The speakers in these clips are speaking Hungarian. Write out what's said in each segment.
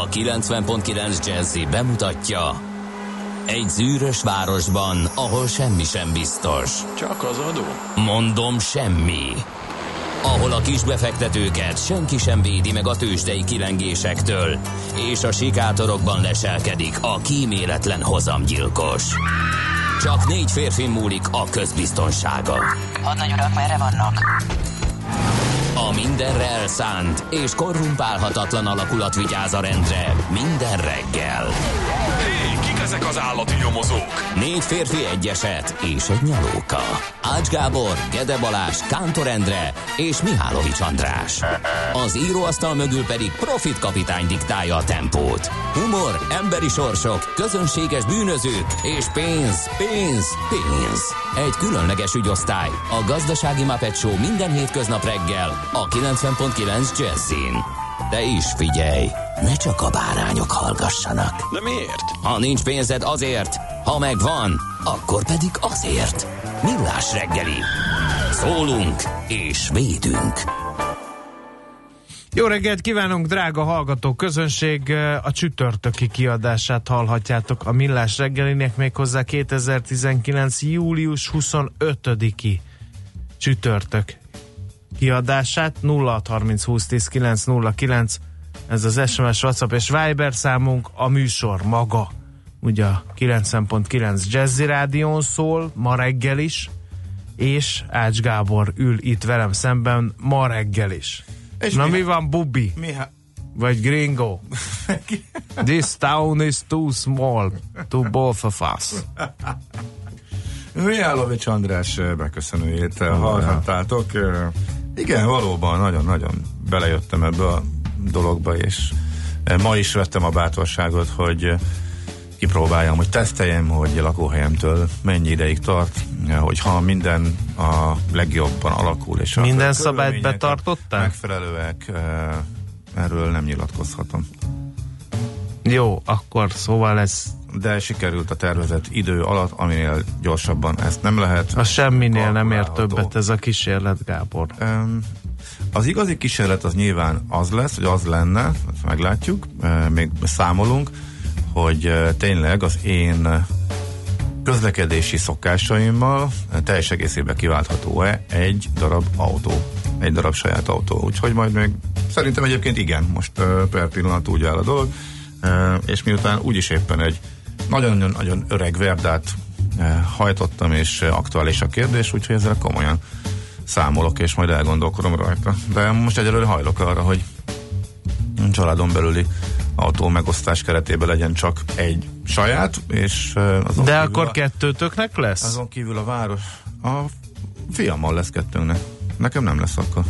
A 90.9 Jazzy bemutatja: egy zűrös városban, ahol semmi sem biztos. Csak az adó? Mondom, semmi. Ahol a kisbefektetőket senki sem védi meg a tőzsdei kilengésektől, és a sikátorokban leselkedik a kíméletlen hozamgyilkos. Csak 4 férfin múlik a közbiztonsága. Hadnagy urak, merre vannak? A mindenre elszánt és korrumpálhatatlan alakulat vigyáz a rendre minden reggel. Hé, kik ezek az állati nyomozók? 4 férfi, egy eset és egy nyalóka. Ács Gábor, Gede Balázs, Kántor Endre és Mihálovics András. Az íróasztal mögül pedig Profit kapitány diktálja a tempót. Humor, emberi sorsok, közönséges bűnözők és pénz, pénz, pénz. Egy különleges ügyosztály, a Gazdasági Muppet Show minden hétköznap reggel a 90.9 Jazzin. De is figyelj, ne csak a bárányok hallgassanak. De miért? Ha nincs pénzed, azért, ha megvan, akkor pedig azért. Millás reggeli. Szólunk és védünk. Jó reggelt kívánunk, drága hallgató közönség! A csütörtöki kiadását hallhatjátok a Millás reggelinek, méghozzá 2019. július 25-i csütörtök kiadását. 0630 20 10 909, ez az SMS, WhatsApp és Viber számunk. A műsor maga ugye a 90.9 Jazzy Rádión szól ma reggel is, és Ács Gábor ül itt velem szemben ma reggel is. És na mi van, Bubi? Vagy Gringo? This town is too small to both of us. Mihálovics András beköszönőjét hallhattátok. Igen, valóban nagyon-nagyon belejöttem ebbe a dologba, és ma is vettem a bátorságot, hogy kipróbáljam, hogy teszteljem, hogy a lakóhelyemtől mennyi ideig tart, hogy ha minden a legjobban alakul, és minden szabályt betartottál? Megfelelőek, erről nem nyilatkozhatom. Jó, akkor szóval ez... De sikerült a tervezett idő alatt, aminél gyorsabban ezt nem lehet. A semminél nem ér többet ez a kísérlet, Gábor. Az igazi kísérlet az nyilván az lesz, hogy az lenne, meglátjuk, még számolunk, hogy tényleg az én közlekedési szokásaimmal teljes egészében kiváltható-e egy darab autó, egy darab saját autó. Úgyhogy majd még szerintem egyébként igen, most per pillanat úgy áll a dolog, és miután úgyis éppen egy nagyon-nagyon öreg Verdát hajtottam, és aktuális a kérdés, úgyhogy ezzel komolyan számolok, és majd elgondolkodom rajta. De most egyelőre hajlok arra, hogy családon belüli autó megosztás keretében legyen csak egy saját, és de akkor kettőtöknek lesz? Azon kívül a város, a fiammal lesz kettőnknek. Nekem nem lesz akkor.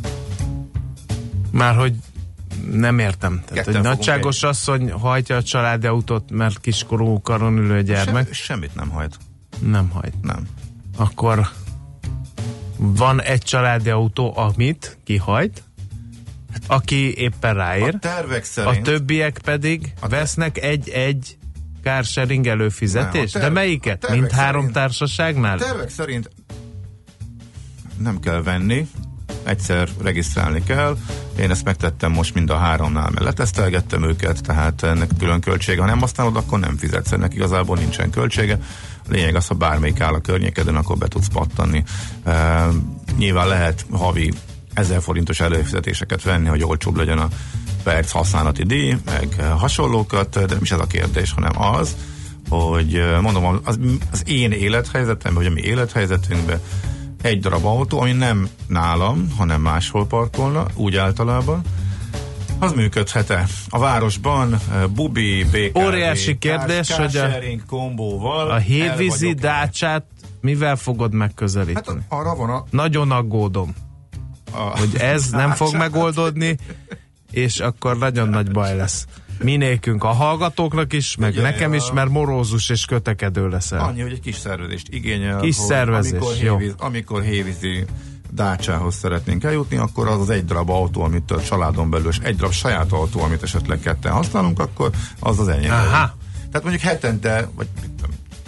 Márhogy nem értem. Tehát, hogy nagyságos asszony hajtja a családi autót, mert kiskorú karon ülő gyermek. Semmit nem hajt. Nem hajt. Nem. Akkor van egy családi autó, amit kihajt, aki éppen ráér. A tervek szerint. A többiek pedig vesznek egy carsharing előfizetést? De melyiket? Mind három társaságnál? A tervek szerint nem kell venni, egyszer regisztrálni kell. Én ezt megtettem most mind a 3-nál, mert letesztelgettem őket, tehát ennek külön költsége. Ha nem használod, akkor nem fizetsz, ennek igazából nincsen költsége. A lényeg az, ha bármelyik áll a környékeden, akkor be tudsz pattanni. Nyilván lehet havi 1000 forintos előfizetéseket venni, hogy olcsóbb legyen a perc használati díj, meg hasonlókat, de nem is ez a kérdés, hanem az, hogy mondom, az én élethelyzetemben, vagy a mi élethelyzetünkben egy darab autó, ami nem nálam, hanem máshol parkolna, úgy általában, az működhet-e? A városban Bubi, BKV, óriási kérdés, hogy kombóval a hévízi Dácsát mivel fogod megközelíteni? Hát arra van a... Nagyon aggódom, hogy ez nem fog megoldódni, és akkor nagyon nagy baj lesz. Minékünk, a hallgatóknak is, meg ugye, nekem is, mert morózus és kötekedő leszel. Annyi, hogy egy kis szervezést igényel. Kis szervezés, amikor hévízi Dácsához szeretnénk eljutni, akkor az egy darab autó, amit a családon belül, és egy darab saját autó, amit esetleg ketten használunk, akkor az enyém. Aha. Tehát mondjuk hetente, vagy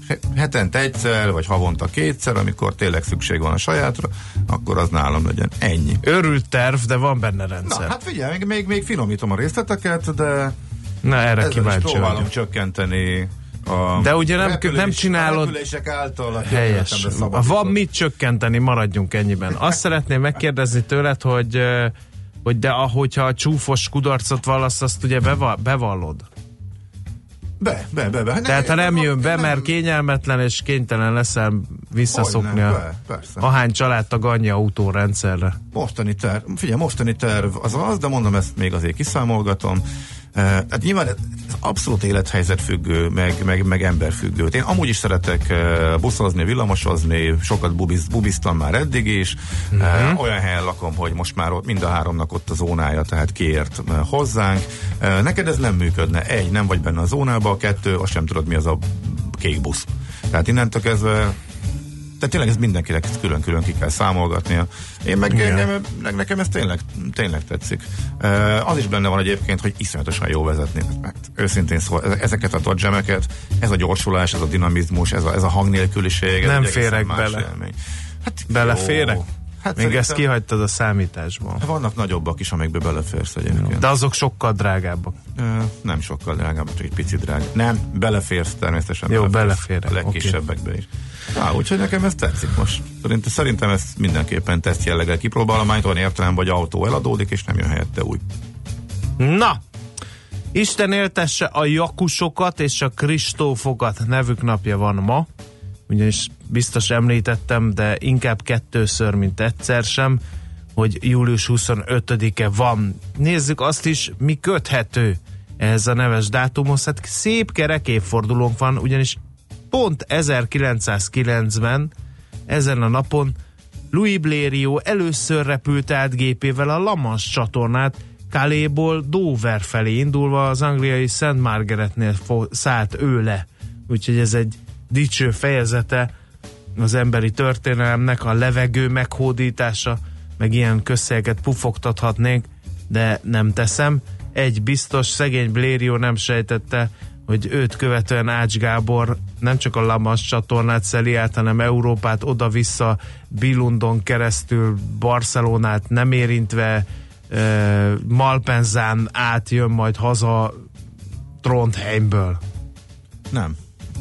hetente egyszer, vagy havonta kétszer, amikor tényleg szükség van a sajátra, akkor az nálam legyen. Ennyi. Őrült terv, de van benne rendszer. Na, hát figyelj, még finomítom a részleteket, de na, erre ezzel is próbálom vagyok. csökkenteni de ugye nem csinálod által a helyes. Van mit csökkenteni, maradjunk ennyiben. Azt szeretném megkérdezni tőled, hogy de ahogyha a csúfos kudarcot vallasz, azt ugye bevallod? Be. Tehát ha nem jön be, mert kényelmetlen és kénytelen leszel visszaszokni ahány családtag annyi autórendszerre. Mostani terv az, de mondom, ezt még azért kiszámolgatom. Hát nyilván ez abszolút élethelyzet függő, meg emberfüggő. Én amúgy is szeretek buszozni, villamosozni, sokat bubiztam már eddig is. Olyan helyen lakom, hogy most már mind a háromnak ott a zónája, tehát kiért hozzánk. Neked ez nem működne. Egy, nem vagy benne a zónába, kettő, azt sem tudod, mi az a kék busz. Tehát innentől kezdve tehát tényleg ez mindenkinek külön-külön ki kell számolgatnia. Nekem ez tényleg tetszik. Az is benne van egyébként, hogy iszonyatosan jó vezetni. Mert őszintén szóval ezeket a dodge-emeket, ez a gyorsulás, ez a dinamizmus, ez a hangnélküliség. Nem férek bele. Hát beleférek? Hát még ezt kihagytad a számításból. Vannak nagyobbak is, amikbe beleférsz egyébként. De azok sokkal drágábbak. Nem sokkal drágábbak, csak egy picit drágább. Nem, beleférsz természetesen. Jó, beleférek. A legkisebbekbe is. Úgyhogy nekem ez tetszik most. Szerintem ezt mindenképpen teszt jelleggel kipróbálom, majd olyan értelem, vagy autó eladódik, és nem jön helyette új. Na! Isten éltesse a Jakusokat és a Kristófokat nevük napja van ma, ugyanis biztos említettem, de inkább kettőször, mint egyszer sem, hogy július 25-e van. Nézzük azt is, mi köthető ehhez a neves dátumhoz. Hát szép kerek évfordulónk van, ugyanis pont 1909-ben ezen a napon Louis Blériot először repült át gépével a La Manche csatornát, Calais-ból Dover felé indulva, az angliai Szent Margaretnél szállt ő le. Úgyhogy ez egy dicső fejezete az emberi történelemnek, a levegő meghódítása, meg ilyen közszelyeket pufogtathatnénk, de nem teszem. Egy biztos, szegény Blériot nem sejtette, hogy őt követően Ács Gábor nem csak a La Manche csatornát szeli át, hanem Európát oda-vissza, Billundon keresztül, Barcelonát nem érintve, Malpenzán átjön majd haza Trondheimből. Nem.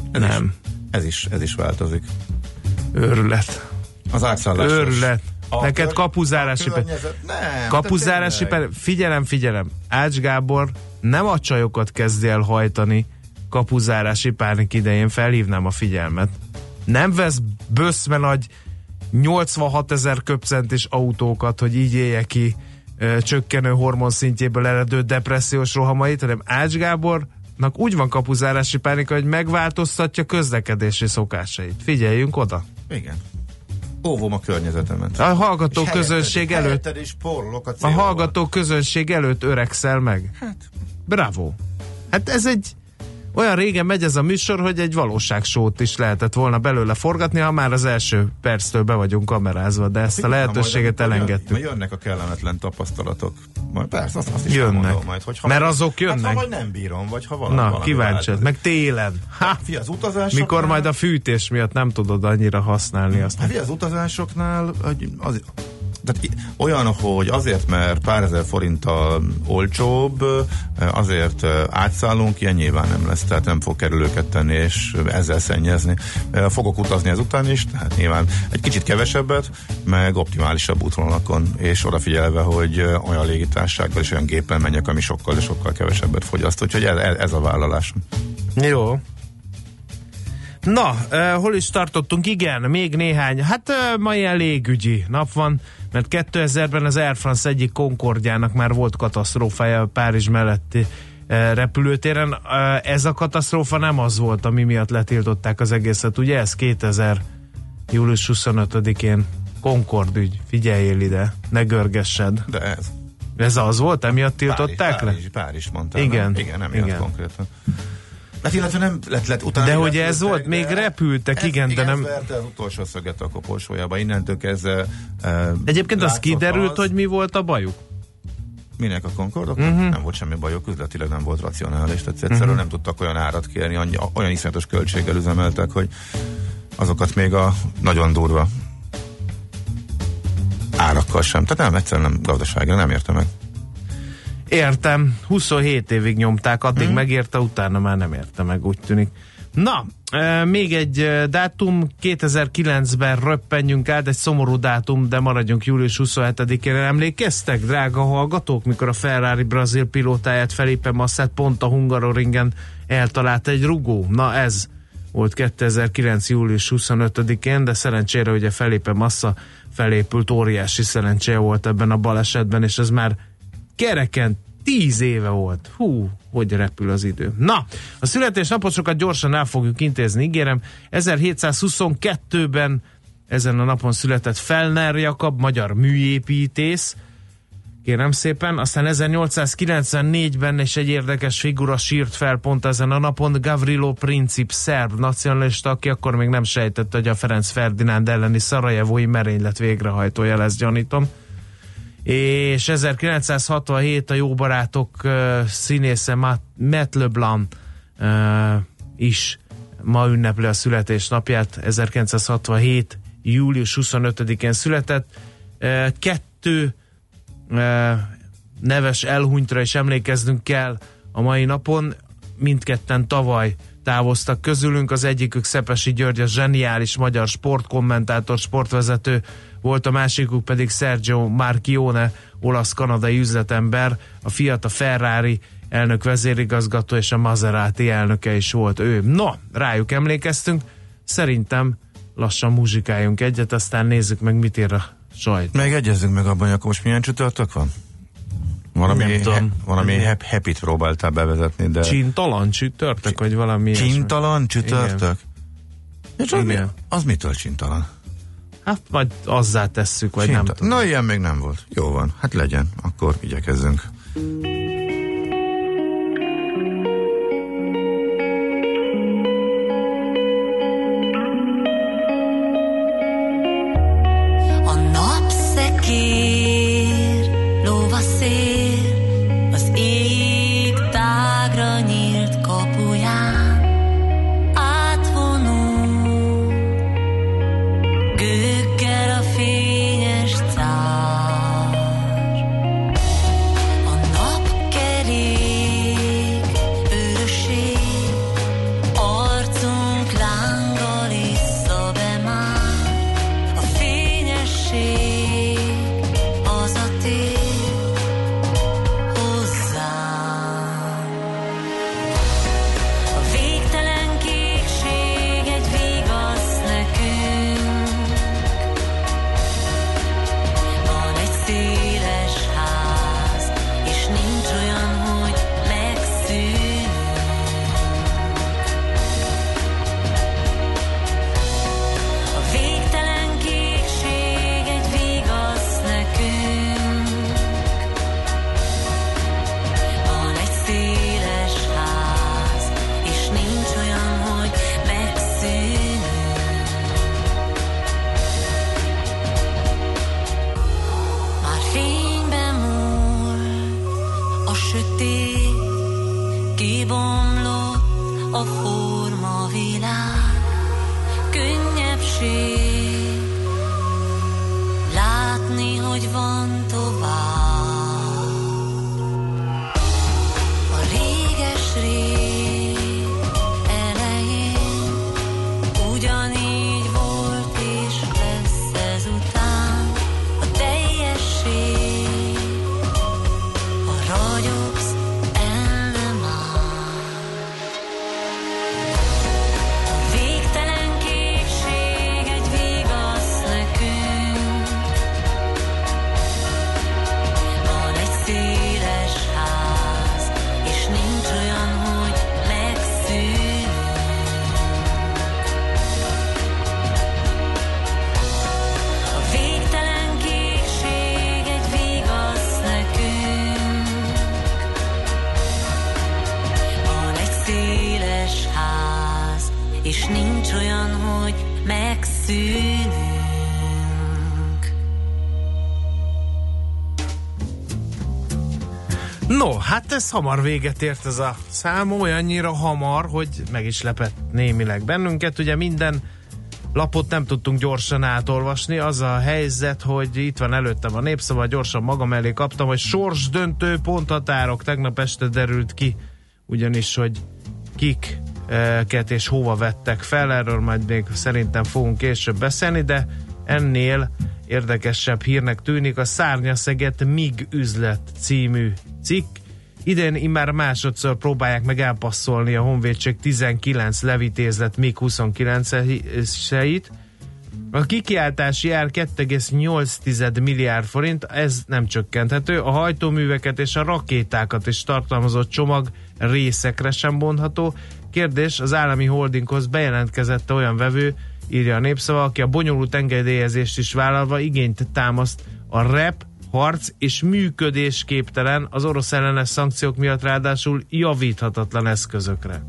Ez is változik. Őrület. Az átszállásos. Őrület. Neked kapuzárási kapuzárási figyelem. Ács Gábor nem a csajokat kezdi el hajtani kapuzárási pánik idején, felhívnám a figyelmet. Nem vesz böszme nagy 86 000 köbcentis autókat, hogy így élje ki csökkenő hormonszintjéből eredő depressziós rohamait, hanem Ács Gábornak úgy van kapuzárási pánika, hogy megváltoztatja közlekedési szokásait. Figyeljünk oda. Igen. Óvom a környezetemet. A hallgató közönség előtt a hallgató közönség előtt öregszel meg. Hát. Bravo. Hát ez egy olyan régen megy ez a műsor, hogy egy valóságsót is lehetett volna belőle forgatni, ha már az első perctől be vagyunk kamerázva, de ezt a lehetőséget elengedtük. Jönnek a kellemetlen tapasztalatok. Majd persze, azt is jönnek. Majd, mert azok jönnek. Hát, ha majd nem bírom, vagy ha valami. Na, kíváncsi, meg télen. Az utazásoknál, mikor majd a fűtés miatt nem tudod annyira használni azt. Hát az utazásoknál tehát olyan, hogy azért, mert pár ezer forinttal olcsóbb, azért átszállunk, ilyen nyilván nem lesz, tehát nem fog kerülőket tenni, és ezzel szennyezni. Fogok utazni ezután is, tehát nyilván egy kicsit kevesebbet, meg optimálisabb útvonalakon, és odafigyelve, hogy olyan légitársasággal és olyan gépen menjek, ami sokkal, de sokkal kevesebbet fogyaszt. Úgyhogy ez a vállalásom. Jó. Na, hol is tartottunk? Igen, még néhány. Hát ma ilyen légügyi nap van, mert 2000-ben az Air France egyik Concordjának már volt katasztrófája Párizs melletti repülőtéren. Ez a katasztrófa nem az volt, ami miatt letiltották az egészet, ugye? Ez 2000 július 25-én Concorde ügy. Figyeljél ide, ne görgessed. De ez. Ez az volt? Emiatt tiltották le? Párizs mondtál. Igen. Nem igen. Konkrétan. Hát illetve nem lett utána. De hogy ez volt, még repültek, igen, de nem. Verte az utolsó szöget a koporsójába, innentől kezdve. Egyébként az kiderült, hogy mi volt a bajuk? Minek a Concordoknak? Nem volt semmi bajuk, üzletileg nem volt racionális, tehát egyszerűen nem tudtak olyan árat kérni, olyan iszonyatos költséggel üzemeltek, hogy azokat még a nagyon durva árakkal sem. Tehát nem, egyszerűen nem gazdaságra, nem érte meg. Értem, 27 évig nyomták, addig megérte, utána már nem érte meg, úgy tűnik. Na, még egy dátum, 2009-ben röppenjünk át, egy szomorú dátum, de maradjunk július 27-ére. Emlékeztek, drága hallgatók, mikor a Ferrari brazil pilótáját, Felipe Massát pont a Hungaroringen eltalált egy rugó? Na ez volt 2009. július 25-én, de szerencsére ugye Felipe Massa felépült, óriási szerencséje volt ebben a balesetben, és ez már kereken 10 éve volt. Hú, hogy repül az idő. Na, a születésnaposokat gyorsan el fogjuk intézni, ígérem. 1722-ben ezen a napon született Fellner Jakab, magyar műépítész, kérem szépen. Aztán 1894-ben és egy érdekes figura sírt fel pont ezen a napon, Gavrilo Princip, szerb nacionalista, aki akkor még nem sejtette, hogy a Ferenc Ferdinánd elleni szarajevói merénylet végrehajtója lesz, gyanítom. És 1967 a jó barátok színésze Matt LeBlanc is ma ünnepli a születésnapját, 1967. július 25-én született. Kettő neves elhunytra is emlékeznünk kell a mai napon, mindketten tavaly távoztak közülünk, az egyikük Szepesi György, a zseniális magyar sportkommentátor, sportvezető volt, a másikuk pedig Sergio Marchionne, olasz-kanadai üzletember, a Fiat, a Ferrari elnök vezérigazgató és a Maserati elnöke is volt ő. No, rájuk emlékeztünk, szerintem lassan muzsikáljunk egyet, aztán nézzük meg, mit ír a sajt. Megegyezzünk meg abban, hogy akkor most milyen csütörtök van? Valami happy-t próbáltál bevezetni, de... Csintalan csütörtök, vagy valami Csintalan csütörtök? Igen. Az mitől csintalan? Hát majd azzá tesszük, vagy nem tudom. Na, ilyen még nem volt. Jó van, hát legyen, akkor igyekezzünk. A napszekér, lóvaszél, az ég tágra nyílt kapuján átvonul gőkkel a fényes cár. A napkerék őrösség, arcunk lánggal issza be már. A fényesség hazatér hozzám. A végtelen kékség egy vigasz nekünk. Van egy széles ház, és nincs olyan, hogy megszűnünk. A végtelen kékség egy vigasz nekünk. Van egy széles ház, és nincs olyan, hogy megszűnünk. Már fényben múlt a sötét, kibomlott a formavilág. Könnyebbség látni, hogy van tovább. A réges-rég elején ugyanígy volt és lesz ezután. A teljesség, ha ragyogsz, el nem áll. A végtelen kékség egy vigasz nekünk. Van egy széles ház, és nincs olyan, hogy megszűnünk. A végtelen kékség egy vigasz nekünk. Van egy széles ház, és nincs olyan, hogy megszűnünk. No, hát ez hamar véget ért ez a szám, olyannyira hamar, hogy meg is lepett némileg bennünket. Ugye minden lapot nem tudtunk gyorsan átolvasni. Az a helyzet, hogy itt van előttem a Népszava, gyorsan magam elé kaptam, hogy sorsdöntő ponthatárok tegnap este derült ki, ugyanis, hogy kiket és hova vettek fel, erről majd még szerintem fogunk később beszélni, de ennél érdekesebb hírnek tűnik a Szárnyaszeget MIG üzlet című cikk. Idén immár másodszor próbálják meg elpasszolni a Honvédség 19 levitézlet MiG-29-eit. A kikiáltási ár 2,8 milliárd forint, ez nem csökkenthető. A hajtóműveket és a rakétákat is tartalmazott csomag részekre sem bontható. Kérdés, az állami holdinghoz bejelentkezett olyan vevő, írja a Népszava, aki a bonyolult engedélyezést is vállalva igényt támaszt a rep, harc és működésképtelen, az orosz ellenes szankciók miatt ráadásul javíthatatlan eszközökre.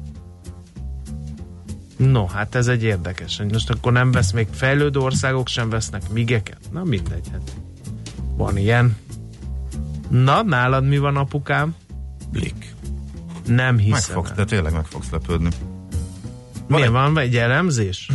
No, hát ez egy érdekes. Most akkor nem vesz, még fejlődő országok sem vesznek migeket? Na mindegy, hát van ilyen. Na, nálad mi van, apukám? Blik. Nem hiszem. De tényleg meg fogsz lepődni. Miért van egy elemzés?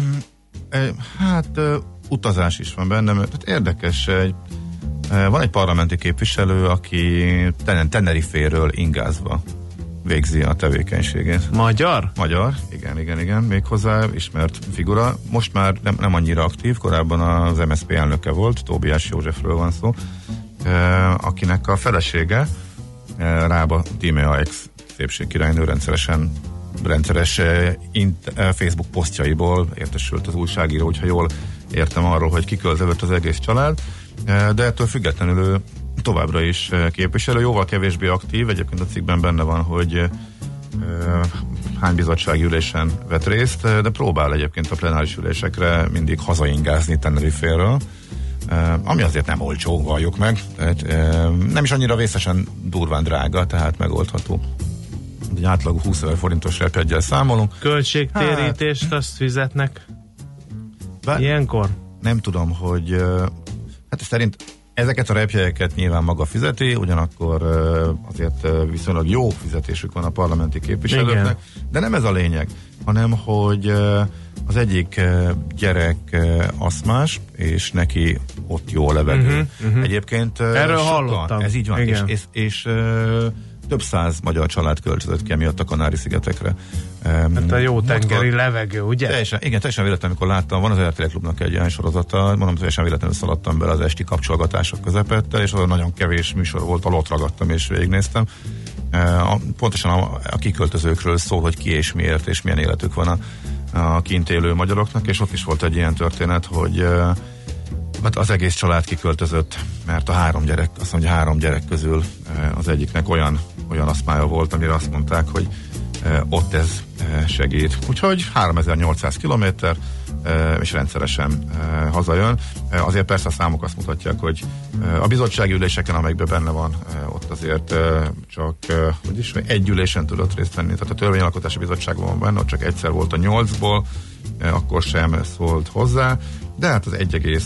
Hát utazás is van bennem. Tehát érdekes, van egy parlamenti képviselő, aki Teneriféről ingázva végzi a tevékenységét. Magyar? Magyar, igen, méghozzá ismert figura. Most már nem annyira aktív, korábban az MSZP elnöke volt, Tóbiás Józsefről van szó, akinek a felesége, Rába Tímea ex szépségkirálynő rendszeres Facebook posztjaiból értesült az újságíró, hogyha jól értem arról, hogy kiköltözött az egész család, de ettől függetlenül ő továbbra is képviselő, jóval kevésbé aktív, egyébként a cikkben benne van, hogy hány bizottsági ülésen vett részt, de próbál egyébként a plenáris ülésekre mindig hazaingázni Teneriféről, ami azért nem olcsó, valljuk meg, tehát, nem is annyira vészesen durván drága, tehát megoldható. Egy átlag 20 000 forintos repjeggyel számolunk. Költségtérítést azt fizetnek ilyenkor? Nem tudom, hogy hát szerint ezeket a repjegyeket nyilván maga fizeti, ugyanakkor azért viszonylag jó fizetésük van a parlamenti képviselőknek, igen. De nem ez a lényeg, hanem hogy az egyik gyerek aszmás, és neki ott jó a levegő. Egyébként erről hallottam. Ez így van, és több száz magyar család költözött ki emiatt a Kanári-szigetekre. Hát a jó tengeri levegő, ugye? Teljesen véletlenül, amikor láttam, van az RTL Klubnak egy olyan sorozata, mondom, teljesen véletlenül szaladtam bele az esti kapcsolgatások közepette, és az nagyon kevés műsor volt, ahol ott ragadtam és végignéztem. Pontosan a kiköltözőkről szól, hogy ki és miért, és milyen életük van a kint élő magyaroknak, és ott is volt egy ilyen történet, hogy hát az egész család kiköltözött, mert a három gyerek közül az egyiknek olyan aszmája volt, amire azt mondták, hogy ott ez segít. Úgyhogy 3800 kilométer, és rendszeresen hazajön. Azért persze a számok azt mutatják, hogy a bizottsági üléseken, amelyekben benne van, ott azért csak egy ülésen tudott részt venni. Tehát a Törvényalkotási Bizottságban van benne, ott csak egyszer volt a 8-ból, akkor sem szólt hozzá, de hát az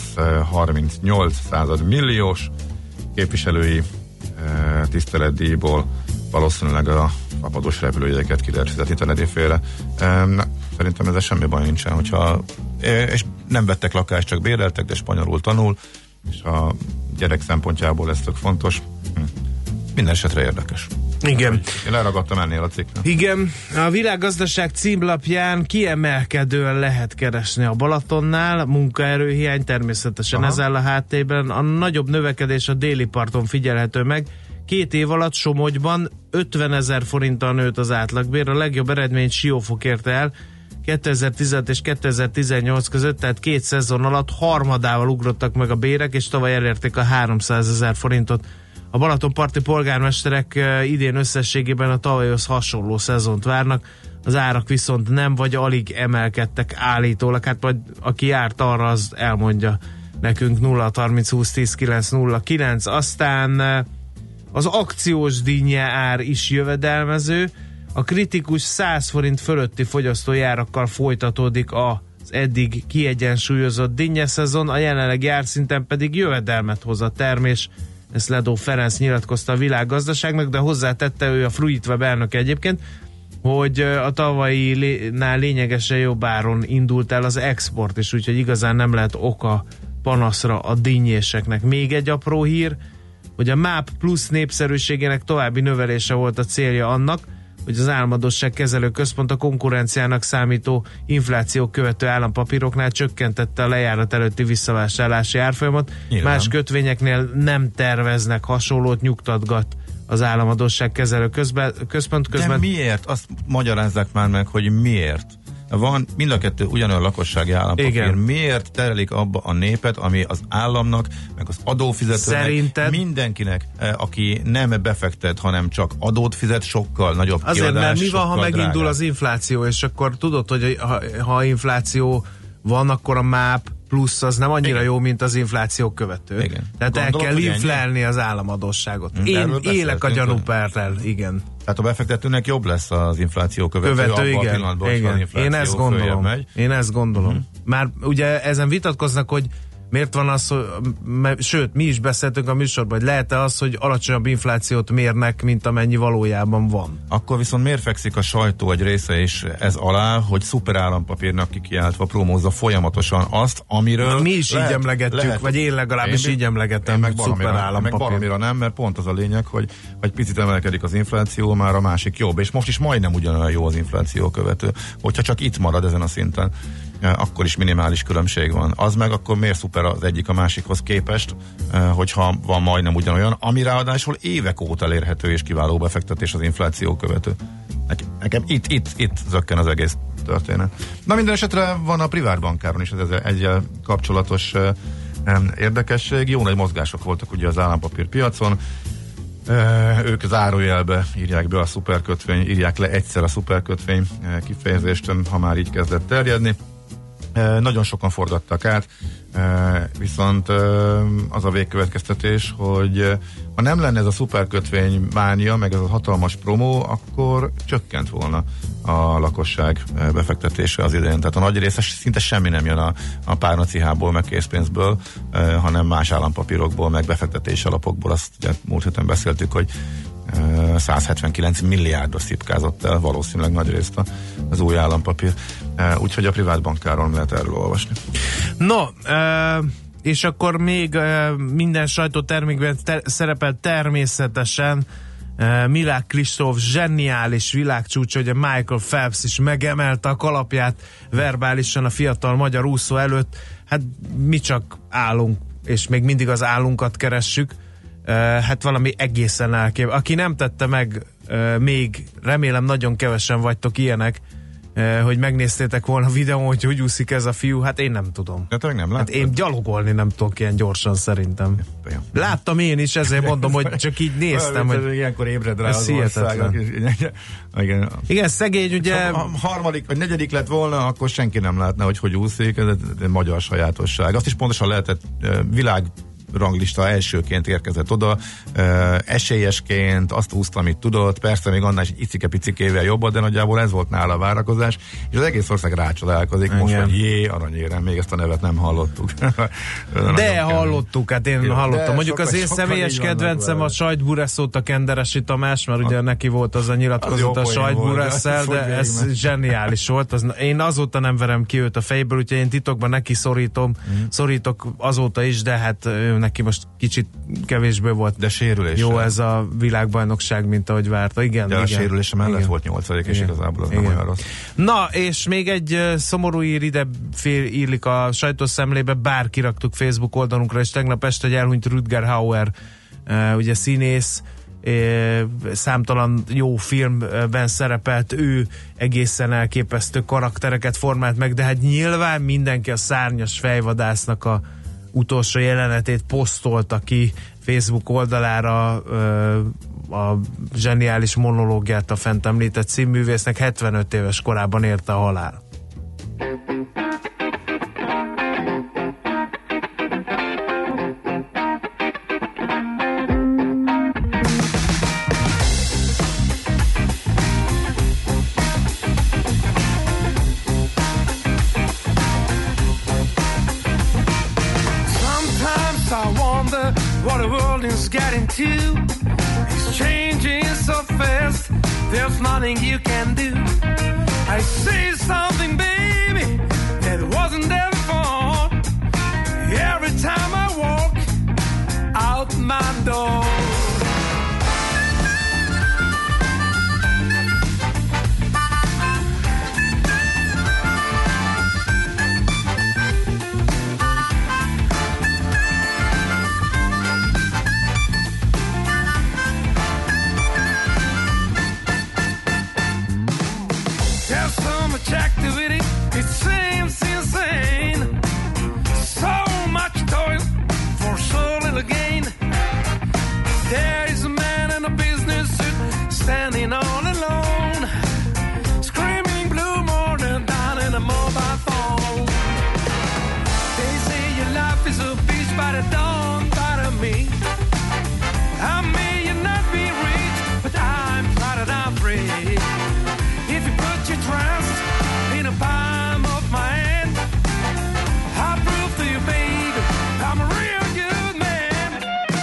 1,38 milliós képviselői tiszteletdíjból valószínűleg a fapados repülőjegyeket ki lehet fizetni Tenerifére. Szerintem ezzel semmi baj nincsen, hogyha és nem vettek lakást, csak béreltek, de spanyolul tanul, és a gyerek szempontjából ez tök fontos. Minden esetre érdekes. Igen. Én leragadtam ennél a cikknek. Igen. A Világgazdaság címlapján kiemelkedően lehet keresni a Balatonnál. Munkaerőhiány természetesen. Aha. Ez áll a háttérben. A nagyobb növekedés a déli parton figyelhető meg. 2 év alatt Somogyban 50 000 forinttal nőtt az átlagbér. A legjobb eredményt Siófok érte el 2015 és 2018 között, tehát 2 szezon alatt harmadával ugrottak meg a bérek, és tavaly elérték a 300 000 forintot. A balatonparti polgármesterek idén összességében a tavalyhoz hasonló szezont várnak, az árak viszont nem vagy alig emelkedtek állítólag, hát majd aki járt arra, az elmondja nekünk. 0-30 20 10 909. Aztán az akciós dinnye ár is jövedelmező, a kritikus 100 forint fölötti fogyasztói árakkal folytatódik az eddig kiegyensúlyozott dinnye szezon, a jelenlegi árszinten pedig jövedelmet hoz a termés, ezt Ledó Ferenc nyilatkozta a Világgazdaságnak, de hozzátette, ő a Fruitweb elnök egyébként, hogy a tavalyinál lényegesen jobb áron indult el az export, és úgyhogy igazán nem lehet oka panaszra a dinnyéseknek. Még egy apró hír, hogy a MÁP plusz népszerűségének további növelése volt a célja annak, hogy az Államadósságkezelő Központ a konkurenciának számító infláció követő állampapíroknál csökkentette a lejárat előtti visszavásárlási árfolyamot. Nyilván. Más kötvényeknél nem terveznek hasonlót, nyugtatgat az Államadósságkezelő Központ. De miért? Azt magyarázzák már meg, hogy miért. Van mind a kettő ugyanolyan lakossági állampapír. Igen. Miért terelik abba a népet, ami az államnak, meg az adófizetőnek, Szerinted? mindenkinek, aki nem befektet, hanem csak adót fizet, sokkal nagyobb kiadás. Azért, mert mi van, ha megindul drágább. az infláció, és akkor tudod, hogy ha infláció van, akkor a MÁP plusz az nem annyira Igen. jó, mint az infláció követő. Igen. Tehát Gondolod, el kell hogy inflálni az államadósságot. Én Erről élek a beszéltünk, gyanúperrel, igen. Tehát a befektetőnek jobb lesz az infláció követő abban a igen. pillanatban, hogyha az infláció Én ezt gondolom. megy. Én ezt gondolom. Már ugye ezen vitatkoznak, hogy miért van az, hogy, sőt, mi is beszéltünk a műsorban, hogy lehet-e az, hogy alacsonyabb inflációt mérnek, mint amennyi valójában van. Akkor viszont miért fekszik a sajtó egy része is ez alá, hogy szuper állampapírnak kikiáltva promózza folyamatosan azt, amiről Mi is így emlegetjük, vagy én legalábbis így emlegetem, meg hogy szuper meg állampapír. valamira nem, mert pont az a lényeg, hogy picit emelkedik az infláció, már a másik jobb, és most is majdnem ugyanolyan jó az infláció követő. Hogyha csak itt marad ezen a szinten, akkor is minimális különbség van. Az meg akkor miért szuper az egyik a másikhoz képest, hogyha van majdnem ugyanolyan, ami ráadásul évek óta elérhető és kiváló befektetés az infláció követő. Nekem itt zökken az egész történet. Na, minden esetre van a privát bankáron is ez egy kapcsolatos érdekesség. Jó nagy mozgások voltak ugye az állampapírpiacon. Ők zárójelbe írják be a szuperkötvény, írják le egyszer a szuperkötvény kifejezést, ha már így kezdett terjedni. Nagyon sokan forgattak át, viszont az a végkövetkeztetés, hogy ha nem lenne ez a szuperkötvény mánia, meg ez a hatalmas promó, akkor csökkent volna a lakosság befektetése az idején. Tehát a nagy része szinte semmi nem jön a párnacihából, meg készpénzből, hanem más állampapírokból, meg befektetési alapokból. Azt ugye múlt héten beszéltük, hogy 179 milliárdos szipkázott el valószínűleg nagy részt az új állampapír. Úgyhogy a privát bankáron lehet erről olvasni. No, és akkor még minden sajtótermékben szerepel természetesen Milák Kristóf zseniális világcsúcs, hogy a Michael Phelps is megemelte a kalapját verbálisan a fiatal magyar úszó előtt. Hát mi csak állunk, és még mindig az állunkat keressük. Hát valami egészen elképesztő. Aki nem tette meg, még remélem nagyon kevesen vagytok ilyenek, hogy megnéztétek volna a videón, hogy úszik ez a fiú, hát én nem tudom. De te meg nem láttad? Hát én gyalogolni nem tudok ilyen gyorsan szerintem. Láttam én is, ezért mondom, hogy csak így néztem, hogy ilyenkor ébred rá az hihetetlen. ország. Igen, szegény, ugye... Ha harmadik vagy negyedik lett volna, akkor senki nem látna, hogy úszik, ez egy magyar sajátosság. Azt is pontosan lehetett világranglista elsőként érkezett oda, esélyesként, azt úszta, amit tudott, persze még annál is icike-picikével jobban, de nagyjából ez volt nála a várakozás, és az egész ország rácsodálkozik most, hogy jé, aranyérem, még ezt a nevet nem hallottuk. De hallottuk, hát én hallottam. Mondjuk sokkal, az én személyes kedvencem a Sajtbureszót, a Kenderesi Tamás, mert ugye neki volt az a nyilatkozat a Sajtburesszel, de ez zseniális volt. Én azóta nem verem ki őt a fejből, úgyhogy én titokban neki szorítok azóta is, de hát neki most kicsit kevésbé volt de sérülés. Jó ez a világbajnokság, mint ahogy várta. Igen, de igen. A sérülése mellett igen. volt 8. és igazából az nem olyan rossz. Na, és még egy szomorú ide írlik a sajtószemlébe, bár kiraktuk Facebook oldalunkra, és tegnap este, hogy elhunyt Rutger Hauer, ugye színész, számtalan jó filmben szerepelt, ő egészen elképesztő karaktereket formált meg, de hát nyilván mindenki a szárnyas fejvadásznak a utolsó jelenetét posztolta ki Facebook oldalára, a zseniális monológiát a fent említett színművésznek. 75 éves korában érte a halál. What the world is getting there's nothing you can do. I see something, baby, that wasn't there before. Every time I walk out my door. Activity, it seems insane. So much toil for so little gain. There is a man in a business suit standing all alone, screaming blue more than down in a mobile phone. They say your life is a beach, but it don't bother me. I may not be rich, but I'm proud and I'm free. If you put your trust in the palm of my hand, I'll prove to you, baby, I'm a real good man.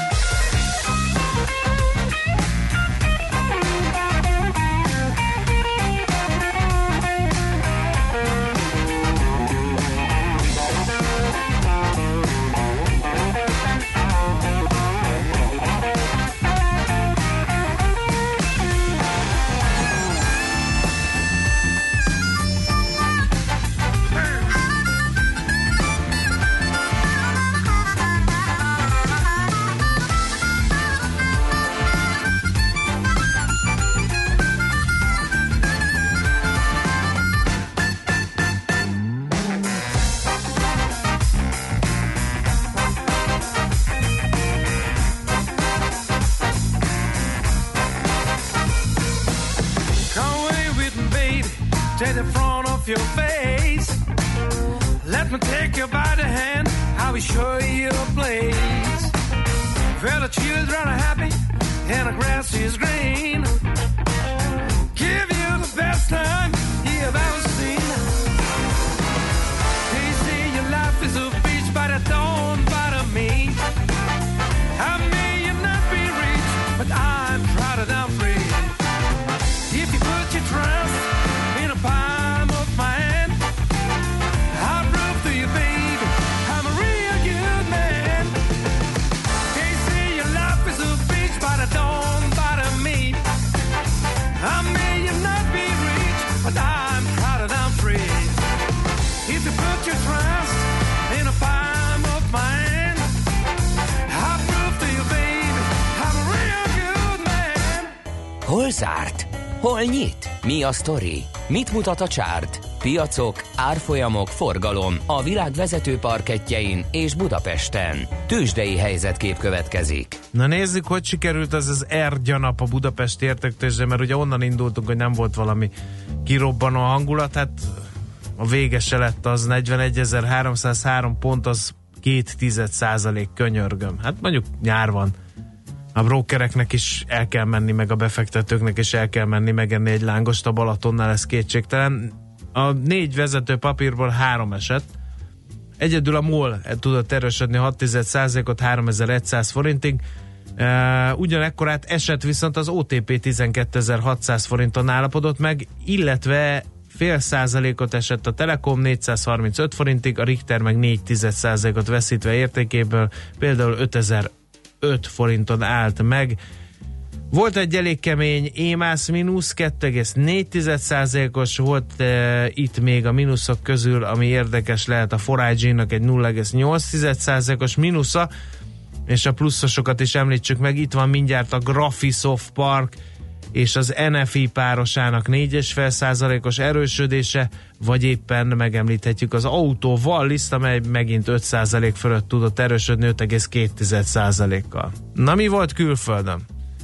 Take the front of your face. Let me take you by the hand. I will show you a place where the children are happy and the grass is green. Give you the best time you've ever seen. They say your life is a beach, but it don't bother me. I may not be rich, but I'm proud and I'm free. If you put your trust in the palm of my hand, I'll prove to you, baby, I'm a real good man. They say your life is a beach, but it don't bother me. I may not be rich, but I'm proud and I'm free. If you put your trust in the palm of my hand, I'll prove to you, baby, I'm a real good man. Hol zárt? Hol nyit? Mi a sztori? Mit mutat a csárt? Piacok, árfolyamok, forgalom a világ vezető parkettjein és Budapesten. Tőzsdei helyzetkép következik. Na nézzük, hogy sikerült az R-gyanap a budapesti értéktőzsdén, mert ugye onnan indultunk, hogy nem volt valami kirobbanó hangulat, hát a vége se lett az 41.303 pont, az 0,2% könyörgöm. Hát mondjuk nyár van. A brókereknek is el kell menni, meg a befektetőknek is el kell menni megenni egy lángost a Balatonnál, ez kétségtelen. A 4 vezető papírból 3 esett. Egyedül a MOL tudott erősödni 6%-ot 3100 forintig. Ugyanekkorát esett viszont az OTP 12.600 forinton állapodott meg, illetve 0,5%-ot esett a Telekom 435 forintig, a Richter meg 0,4%-ot veszítve értékéből, például 5005 forinton állt meg. Volt egy elég kemény EMAS mínusz, 2,4%-os volt itt még a mínuszok közül, ami érdekes lehet, a Forage-nak egy 0,8%-os mínusza, és a pluszosokat is említsük meg, itt van mindjárt a Graphisoft Park és az NFI párosának 4,5%-os erősödése, vagy éppen megemlíthetjük az Auto Wallis, amely megint 5% fölött tudott erősödni 5,2%-kal. Na, mi volt külföldön?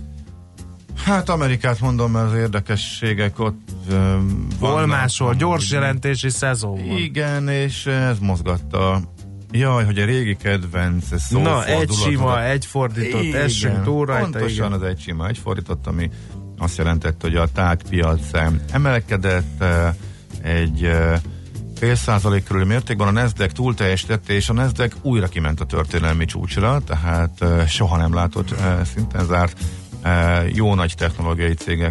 Hát Amerikát mondom, mert az érdekességek ott hol máshol, gyors jelentési szezon van. Igen, és ez mozgatta. Jaj, hogy a régi kedvenc szófordulatot. Na, egy sima, egy fordított, essünk túl rajta. Pontosan igen. Az egy sima, egy fordított, ami azt jelentette, hogy a tárgypiac emelkedett egy 0,5% körüli mértékben, a Nasdaq túl teljesítette, és a Nasdaq újra kiment a történelmi csúcsra, tehát soha nem látott szinten zárt. Jó nagy technológiai cégek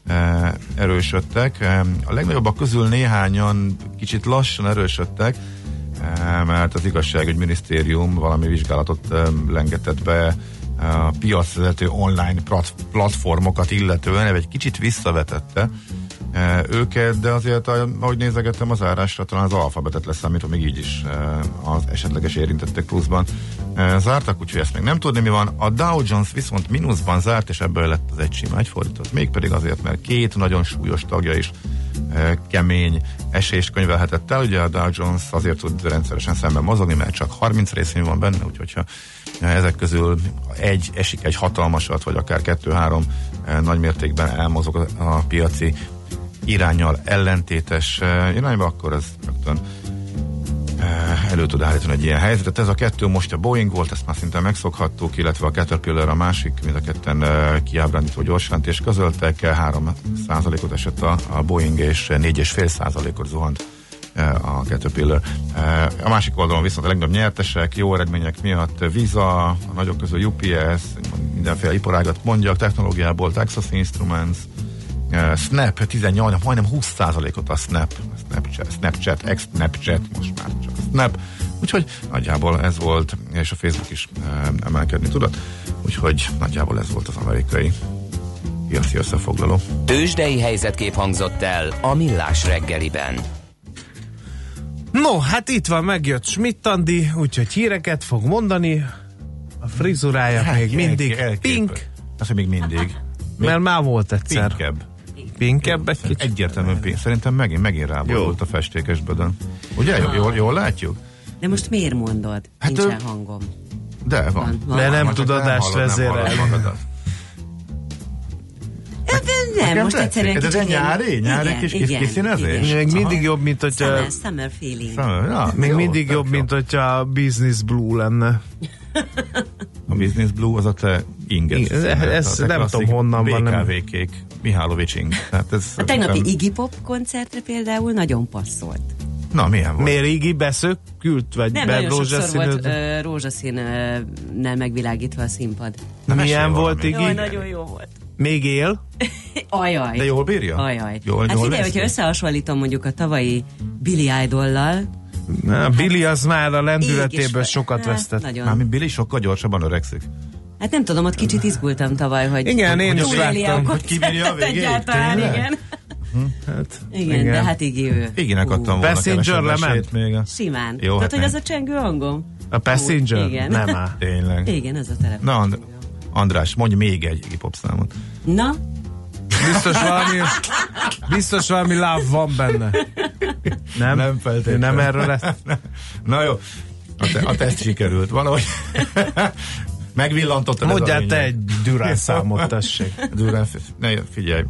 erősödtek. A legnagyobbak közül néhányan kicsit lassan erősödtek, mert az igazságügyminisztérium valami vizsgálatot lengetett be a piacvezető online platformokat illetően, egy kicsit visszavetette őket, de azért, ahogy nézegettem az árásra, talán az Alphabetet leszámítva, még így is az esetleges érintettek pluszban zártak, úgyhogy ezt még nem tudni, mi van. A Dow Jones viszont mínuszban zárt, és ebből lett az egy sima egyfordított. Mégpedig azért, mert két nagyon súlyos tagja is kemény esést könyvelhetett el. Ugye a Dow Jones azért tud rendszeresen szemben mozogni, mert csak 30 részvény van benne, úgyhogy ha ezek közül egy esik egy hatalmasat, vagy akár 2-3 nagymértékben elmozog a piaci iránnyal ellentétes irányba, akkor ez rögtön elő tud állítani egy ilyen helyzetet. Ez a kettő most a Boeing volt, ezt már szinte megszokhattuk, illetve a Caterpillar a másik, mind a ketten kiábrándító gyorsjelentést közöltek, 3%-ot esett a Boeing, és 4,5%-ot zuhant a Caterpillar. A másik oldalon viszont a legnagyobb nyertesek, jó eredmények miatt Visa, a nagyok közül UPS, mindenféle iparágat mondjak, technológiából Texas Instruments, Snap 18, majdnem 20%-ot a Snapchat, ex-Snapchat, most már csak a Snap. Úgyhogy nagyjából ez volt, és a Facebook is emelkedni tudott. Úgyhogy nagyjából ez volt az amerikai piaci összefoglaló. Tőzsdei helyzetkép hangzott el a Millás reggeliben. No, hát itt van, megjött Schmidt-Andi, úgyhogy híreket fog mondani. A frizurája még mindig pink. Azt, hogy még mindig. Mert már volt egyszer. Pinkebb egy kicsit? Egyértelműen pink. Szerintem megint ráborult a festékes bödön. Ugye? Jól látjuk? De most miért mondod? Hát Nincsen hangom. De van. De nem tud adást vezérelni. Nem, most egyszerűen kicsit. Ez egy nyári kis színezés? Még mindig jobb, mint hogyha... Summer feeling. Még mindig jobb, mint hogyha Business Blue lenne. A Business Blue az a te inget. Ez nem tudom honnan van. BKV-kék, Mihálovics ing. A tegnapi Iggy Pop koncertre például nagyon passzolt. Na, milyen volt? Miért Iggy beszökült? Vagy nem, nagyon sokszor volt rózsaszínnel megvilágítva a színpad. Milyen volt Iggy? Jaj, nagyon jó volt. Még él? Ajaj. De jól bírja? Ajaj. Jól hát figyelj, hogyha összehasonlítom mondjuk a tavalyi Billy Idol-lal. Billy az már a lendületéből sokat vesztett. Mármint Billy sokkal gyorsabban öregszik. Hát nem tudom, ott kicsit izgultam tavaly, hogy igen, én is láttam, hogy kibírja a végéig. Egyáltalán, igen. Hát, igen, de hát Iggy ő. Iginek adtam volna Passenger lement még. Simán. Jó, tehát, hát hogy az a csengő hangom? A Passenger? Igen. Nem áll. Tényleg. Igen, ez a telefon. Na, András, mondj még egy Iggy Pop számot. Na? Biztos valami love van benne. Nem feltétlenül. Nem erről lesz. Na jó, a teszt sikerült. Valahogy megvillantottad. Mondjál te egy Durán számot, tessék. Durán, figyelj.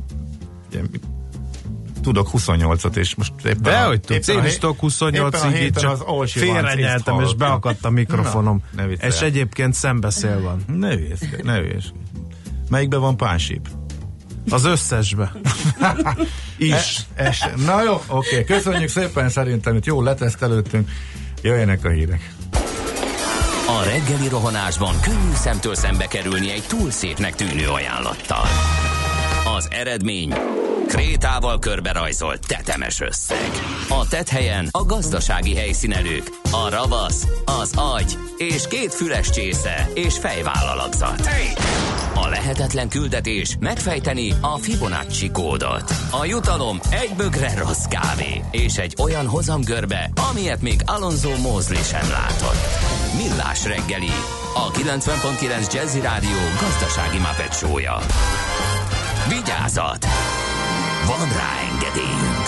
Tudok 28-at, és most éppen... Dehogy tudsz, én is tudok 28-ig, így csak félrenyeltem, és beakadt a mikrofonom. És egyébként szembeszél van. Ne hülyeskedj. Melyikben van pánsíp? Az összesbe. Is. Na jó, oké. Köszönjük szépen, szerintem itt jól letesztelődtünk. Jöjjenek a hírek. A reggeli rohanásban könnyű szemtől szembe kerülni egy túl szépnek tűnő ajánlattal. Az eredmény... krétával körberajzolt tetemes összeg. A tetthelyen a gazdasági helyszínelők, a ravasz, az agy és 2 füles csésze és fejvállalakzat. A lehetetlen küldetés megfejteni a Fibonacci kódot. A jutalom egy bögre rossz kávé és egy olyan hozamgörbe, amilyet még Alonso Mosley sem látott. Millás reggeli, a 90.9 Jazzy Rádió gazdasági Muppet show-ja. Vigyázat! Van rá engedélyünk.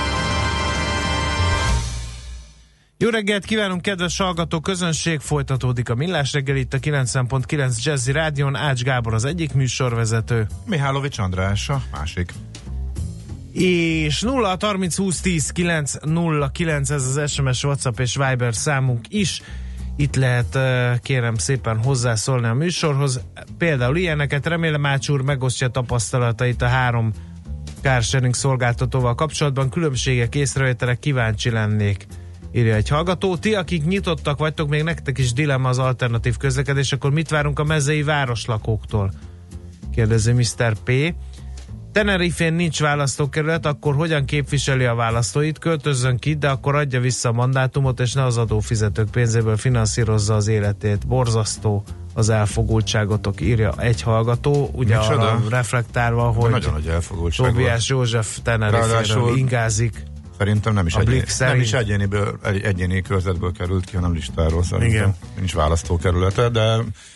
Jó reggelt kívánunk, kedves hallgató közönség! Folytatódik a Millás reggel itt a 90.9 Jazzy Rádión. Ács Gábor az egyik műsorvezető. Mihálovics András a másik. És 0-30-20-10-9-09 ez az SMS, WhatsApp és Viber számunk is. Itt lehet, kérem szépen hozzászólni a műsorhoz. Például ilyeneket, remélem Ács úr megosztja tapasztalatait a 3 carsharing szolgáltatóval kapcsolatban. Különbségek, észrevételek, kíváncsi lennék, írja egy hallgató. Ti, akik nyitottak vagytok, még nektek is dilemma az alternatív közlekedés, akkor mit várunk a mezei városlakóktól? Kérdezi Mr. P. Tenerifén nincs választókerület, akkor hogyan képviseli a választóit? Költözzön ki, de akkor adja vissza a mandátumot, és ne az adófizetők pénzéből finanszírozza az életét. Borzasztó az elfogultságotok, írja egy hallgató, ugye arra reflektálva, hogy nagyon nagy elfogultság Tóbiás József Teneriféről ingázik. Szerintem nem is egyéni körzetből került ki, hanem listáról, szerintem. Igen. Nincs választókerülete, de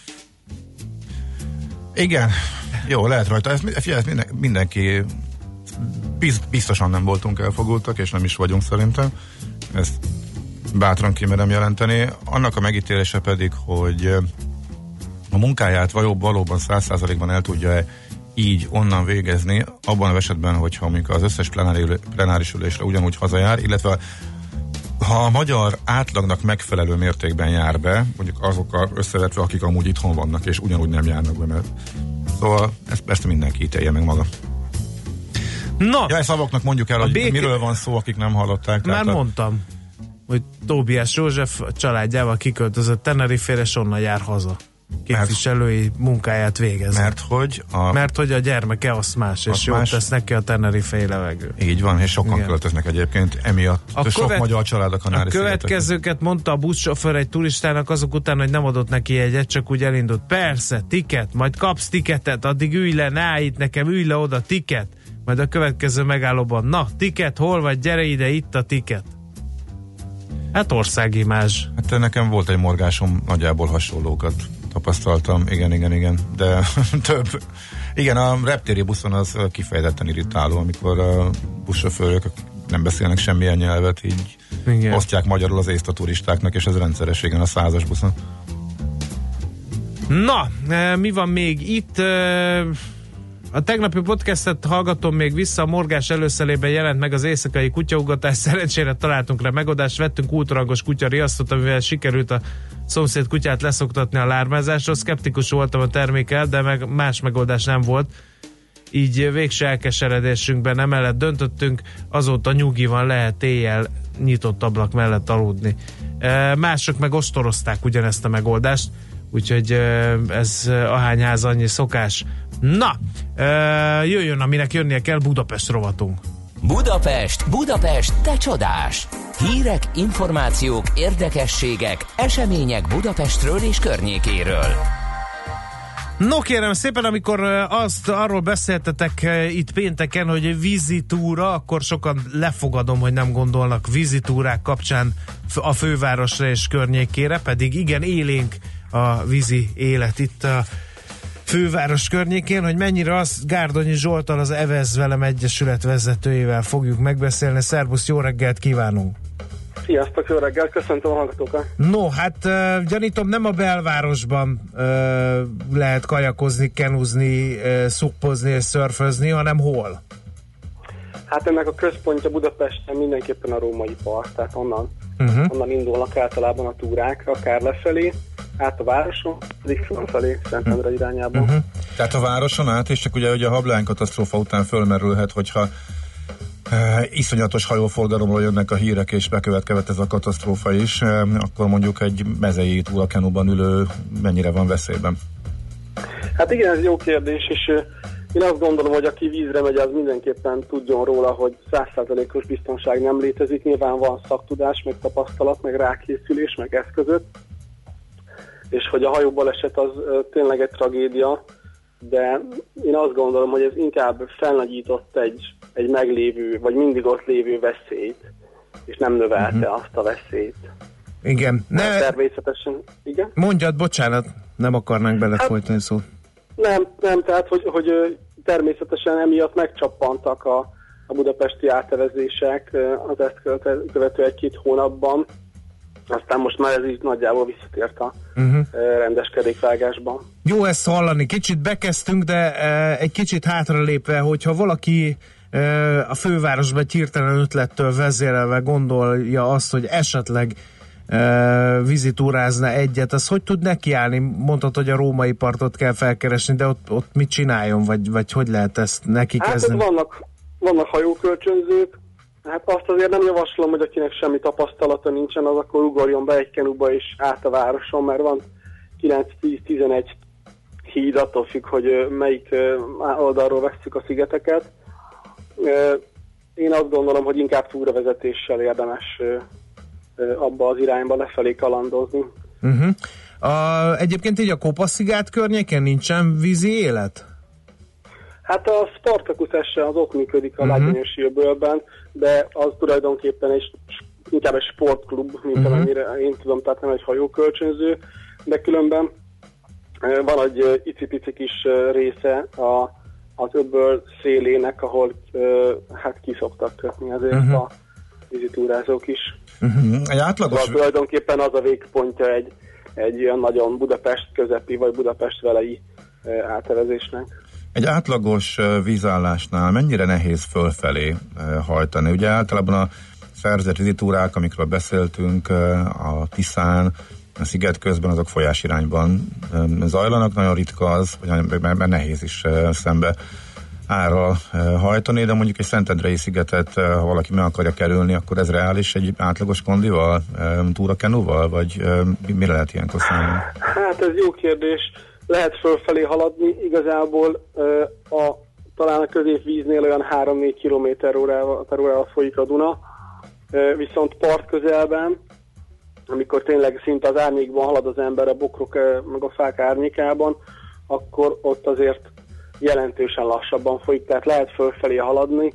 igen, jó, lehet rajta. Mindenki biztosan nem voltunk elfogultak, és nem is vagyunk szerintem. Ezt bátran kimerem jelenteni. Annak a megítélése pedig, hogy a munkáját valóban 100%-ban el tudja így onnan végezni, abban az esetben, hogyha az összes plenáris ülésre ugyanúgy hazajár, illetve ha a magyar átlagnak megfelelő mértékben jár be, mondjuk azokkal összevetve, akik amúgy itthon vannak, és ugyanúgy nem járnak be, mert szóval ezt persze mindenki ítélje meg maga. Na, szavaknak mondjuk el, hogy miről van szó, akik nem hallották. Már mondtam, hogy Tóbiás József családjával kiköltözött Tenerifére, és onnan jár haza. Képviselői munkáját végez. Mert hogy a gyermeke aszmás, és jót tesz neki a tenerifei levegő. Így van, és sokan költöznek egyébként emiatt. Sok magyar család a Kanári-szigeteken. A következőket mondta a buszsofőr egy turistának azok után, hogy nem adott neki jegyet, csak úgy elindult. Persze, tiket, majd kapsz tiketet, addig ülj le, ne állj itt nekem, ülj le oda, tiket. Majd a következő megállóban, na, tiket, hol vagy, gyere ide, itt a tiket. Hát országimázs. Hát nekem volt egy morgásom, nagyjából hasonlókat tapasztaltam, igen, de több. Igen, a reptéri buszon az kifejezetten irritáló, amikor a buszsofőrök nem beszélnek semmilyen nyelvet, így osztják magyarul az észt a turistáknak, és ez rendszeres, igen, a 100-as buszon. Na, mi van még itt? A tegnapi podcastet hallgatom még vissza, a morgás előszelében jelent meg az éjszakai kutyaugatás, szerencsére találtunk rá megoldást, vettünk ultrahangos kutyariasztot, amivel sikerült a szomszéd kutyát leszoktatni a lármázásról. Szkeptikus voltam a termékkel, de más megoldás nem volt. Így végső elkeseredésünkben emellett döntöttünk, azóta nyugi van, lehet éjjel nyitott ablak mellett aludni. Mások meg ostorozták ugyanezt a megoldást, úgyhogy ez ahány ház annyi szokás. Na, jöjjön, aminek jönnie kell, Budapest rovatunk. Budapest, te csodás! Hírek, információk, érdekességek, események Budapestről és környékéről. No kérem szépen, amikor arról beszéltetek itt pénteken, hogy vízitúra, akkor sokan lefogadom, hogy nem gondolnak vízitúrák kapcsán a fővárosra és környékére, pedig igen, élénk a vízi élet itt a főváros környékén, hogy mennyire az Gárdonyi Zsolttal, az Evez Velem Egyesület vezetőjével fogjuk megbeszélni. Szervusz, jó reggelt kívánunk! Sziasztok, jó reggelt, köszöntöm a hallgatókat! No, hát gyanítom, nem a belvárosban lehet kajakozni, kenuzni, szuppozni és szörfözni, hanem hol? Hát ennek a központja Budapesten mindenképpen a Római Park, tehát onnan indulnak általában a túrák, akár lefelé, át a városon, pedig fölfelé, Szentendre irányában. Tehát a városon át, és csak ugye a Hableány katasztrófa után fölmerülhet, hogyha iszonyatos hajóforgalomról jönnek a hírek, és bekövetkezett ez a katasztrófa is, akkor mondjuk egy mezei túrakenúban ülő mennyire van veszélyben? Hát igen, ez jó kérdés, és én azt gondolom, hogy aki vízre megy, az mindenképpen tudjon róla, hogy 100%-os biztonság nem létezik. Nyilván van szaktudás, meg tapasztalat, meg rákészülés, meg eszközök, és hogy a hajóbaleset az tényleg egy tragédia, de én azt gondolom, hogy ez inkább felnagyított egy meglévő, vagy mindig ott lévő veszélyt, és nem növelte azt a veszélyt. Igen. Természetesen, igen? Mondjad, bocsánat, nem akarnánk belefolytani szót. Nem, tehát, hogy természetesen emiatt megcsappantak a budapesti átevezések az ezt követő 1-2 hónapban, aztán most már ez így nagyjából visszatért a rendes kerékvágásban. Jó ezt hallani, kicsit bekezdtünk, de egy kicsit hátralépve, hogyha valaki a fővárosban egy hirtelen ötlettől vezérelve gondolja azt, hogy esetleg vízitúrázna egyet, az hogy tud nekiállni? Mondtad, hogy a római partot kell felkeresni, de ott mit csináljon, vagy hogy lehet ezt neki kezdeni? Hát vannak hajókölcsönzők, hát azt azért nem javaslom, hogy akinek semmi tapasztalata nincsen, az akkor ugorjon be egy kenúba és át a városon, mert van 9-10-11 híd, attól függ, hogy melyik oldalról vesszük a szigeteket. Én azt gondolom, hogy inkább túravezetéssel érdemes abba az irányba lefelé kalandozni. Egyébként így a Kopaszigát környéken nincsen vízi élet? Hát a Spartacus esse az ott működik a Lágymányosi öbölben, de az tulajdonképpen inkább egy sportklub, mint amennyire én tudom, tehát nem egy hajókölcsönző, de különben van egy icipici kis része az öböl szélének, ahol hát kiszoktak kötni azért a vízitúrázók is. Egy átlagos... Szóval tulajdonképpen az a végpontja egy olyan nagyon Budapest közepi vagy Budapest velei átevezésnek. Egy átlagos vízállásnál mennyire nehéz fölfelé hajtani? Ugye általában a szerzett vízitúrák, amikről beszéltünk, a Tiszán, a sziget közben, azok folyásirányban zajlanak, nagyon ritka az, mert nehéz is szembe árral hajtani, de mondjuk egy Szentendrei szigetet, ha valaki meg akarja kerülni, akkor ez reális egy átlagos kondival, túrakenúval, vagy mire lehet ilyenkor számolni? Hát ez jó kérdés. Lehet fölfelé haladni, igazából talán a középvíznél olyan 3-4 km/órával folyik a Duna, viszont part közelben, amikor tényleg szinte az árnyékban halad az ember a bokrok meg a fák árnyékában, akkor ott azért jelentősen lassabban folyik, tehát lehet fölfelé haladni.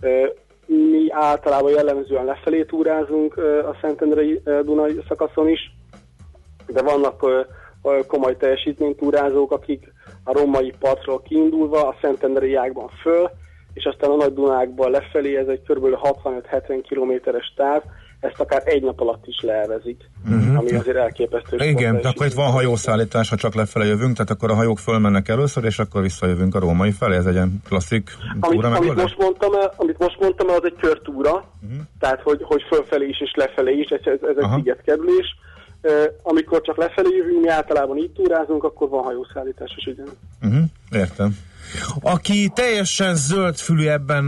Mi általában jellemzően lefelé túrázunk a Szentendrei Dunai szakaszon is, de vannak komoly teljesítménytúrázók, akik a római partról kiindulva a Szentendrei ágban föl, és aztán a Nagy Dunákban lefelé, ez egy kb. 65-70 kilométeres táv, ezt akár egy nap alatt is leelvezik, ami azért elképesztő. Igen, de akkor itt van hajószállítás, ha csak lefelé jövünk, tehát akkor a hajók fölmennek először, és akkor visszajövünk a római felé, ez egy ilyen klasszik túra amit most mondtam, az egy körtúra, tehát hogy fölfelé is és lefelé is, ez egy szigetkerülés. Amikor csak lefelé jövünk, mi általában így túrázunk, akkor van hajószállítás is, igen. Értem. Aki teljesen zöldfülű ebben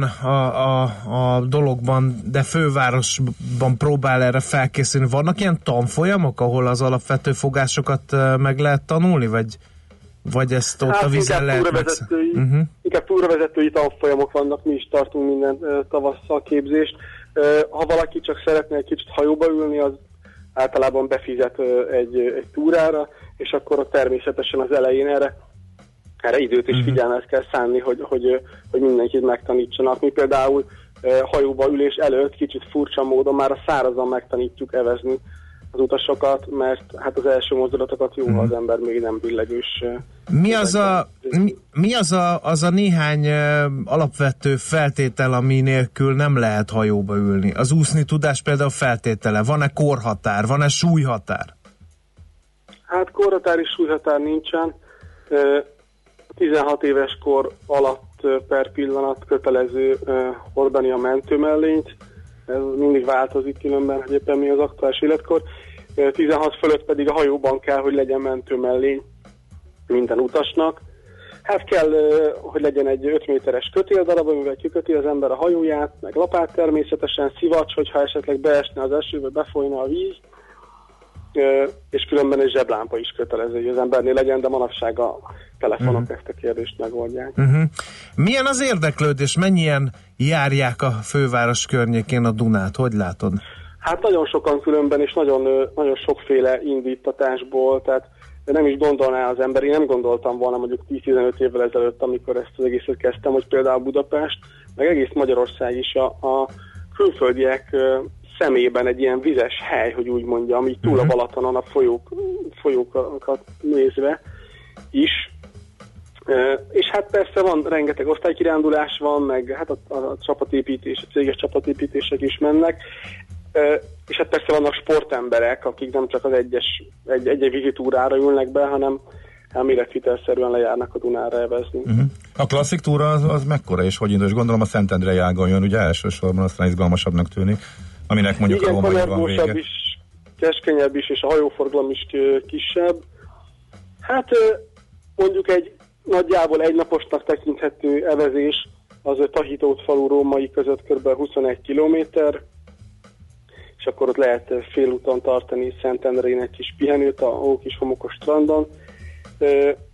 a dologban, de fővárosban próbál erre felkészülni, vannak ilyen tanfolyamok, ahol az alapvető fogásokat meg lehet tanulni, vagy ezt ott a vízen lehet inkább túravezetői tanfolyamok vannak, mi is tartunk minden tavasszal képzést. Ha valaki csak szeretne egy kicsit hajóba ülni, az általában befizet egy túrára, és akkor természetesen az elején erre időt és figyelmet kell szánni, hogy mindenkit megtanítsanak. Mi például hajóba ülés előtt kicsit furcsa módon már a szárazon megtanítjuk evezni az utasokat, mert hát az első mozdulatokat jó, az ember még nem billegős. Mi az a néhány alapvető feltétel, ami nélkül nem lehet hajóba ülni? Az úszni tudás például feltétele. Van-e korhatár? Van-e súlyhatár? Hát korhatár és súlyhatár nincsen. 16 éves kor alatt per pillanat kötelező hordani a mentőmellényt. Ez mindig változik különben, hogy éppen mi az aktuális életkor. 16 fölött pedig a hajóban kell, hogy legyen mentőmellény minden utasnak. Hát kell, hogy legyen egy 5 méteres kötéldarab, amivel kiköti az ember a hajóját, meg lapát természetesen, szivacs, hogyha esetleg beesne az eső, vagy befolyna a víz, és különben egy zseblámpa is kötelező, hogy az embernél legyen, de manapság a telefonok ezt a kérdést megoldják. Milyen az érdeklődés? Mennyien járják a főváros környékén a Dunát? Hogy látod? Hát nagyon sokan különben, és nagyon, nagyon sokféle indítatásból, tehát nem is gondolná az ember, én nem gondoltam volna mondjuk 10-15 évvel ezelőtt, amikor ezt az egészet kezdtem, hogy például Budapest, meg egész Magyarország is a külföldiek szemében egy ilyen vizes hely, hogy úgy mondjam, így túl a Balatonon a folyókat nézve is. És hát persze van, rengeteg osztálykirándulás van, meg hát a csapatépítés, a céges csapatépítések is mennek. És hát persze vannak sportemberek, akik nem csak az egy vizitúrára ülnek be, hanem életvitelszerűen lejárnak a Dunára evezni. A klasszik túra az mekkora és hogy indul? És gondolom a Szentendrei ágon jön, ugye elsősorban aztán izgalmasabbnak tűnik, aminek mondjuk igen, a római van vége. is, keskenyebb is, és a hajóforgalom is kisebb. Hát mondjuk egy nagyjából egynaposnak tekinthető evezés az Tahitót falu római között kb. 21 kilométer, és akkor ott lehet félúton tartani Szentendreinek kis pihenőt a kis homokos strandon.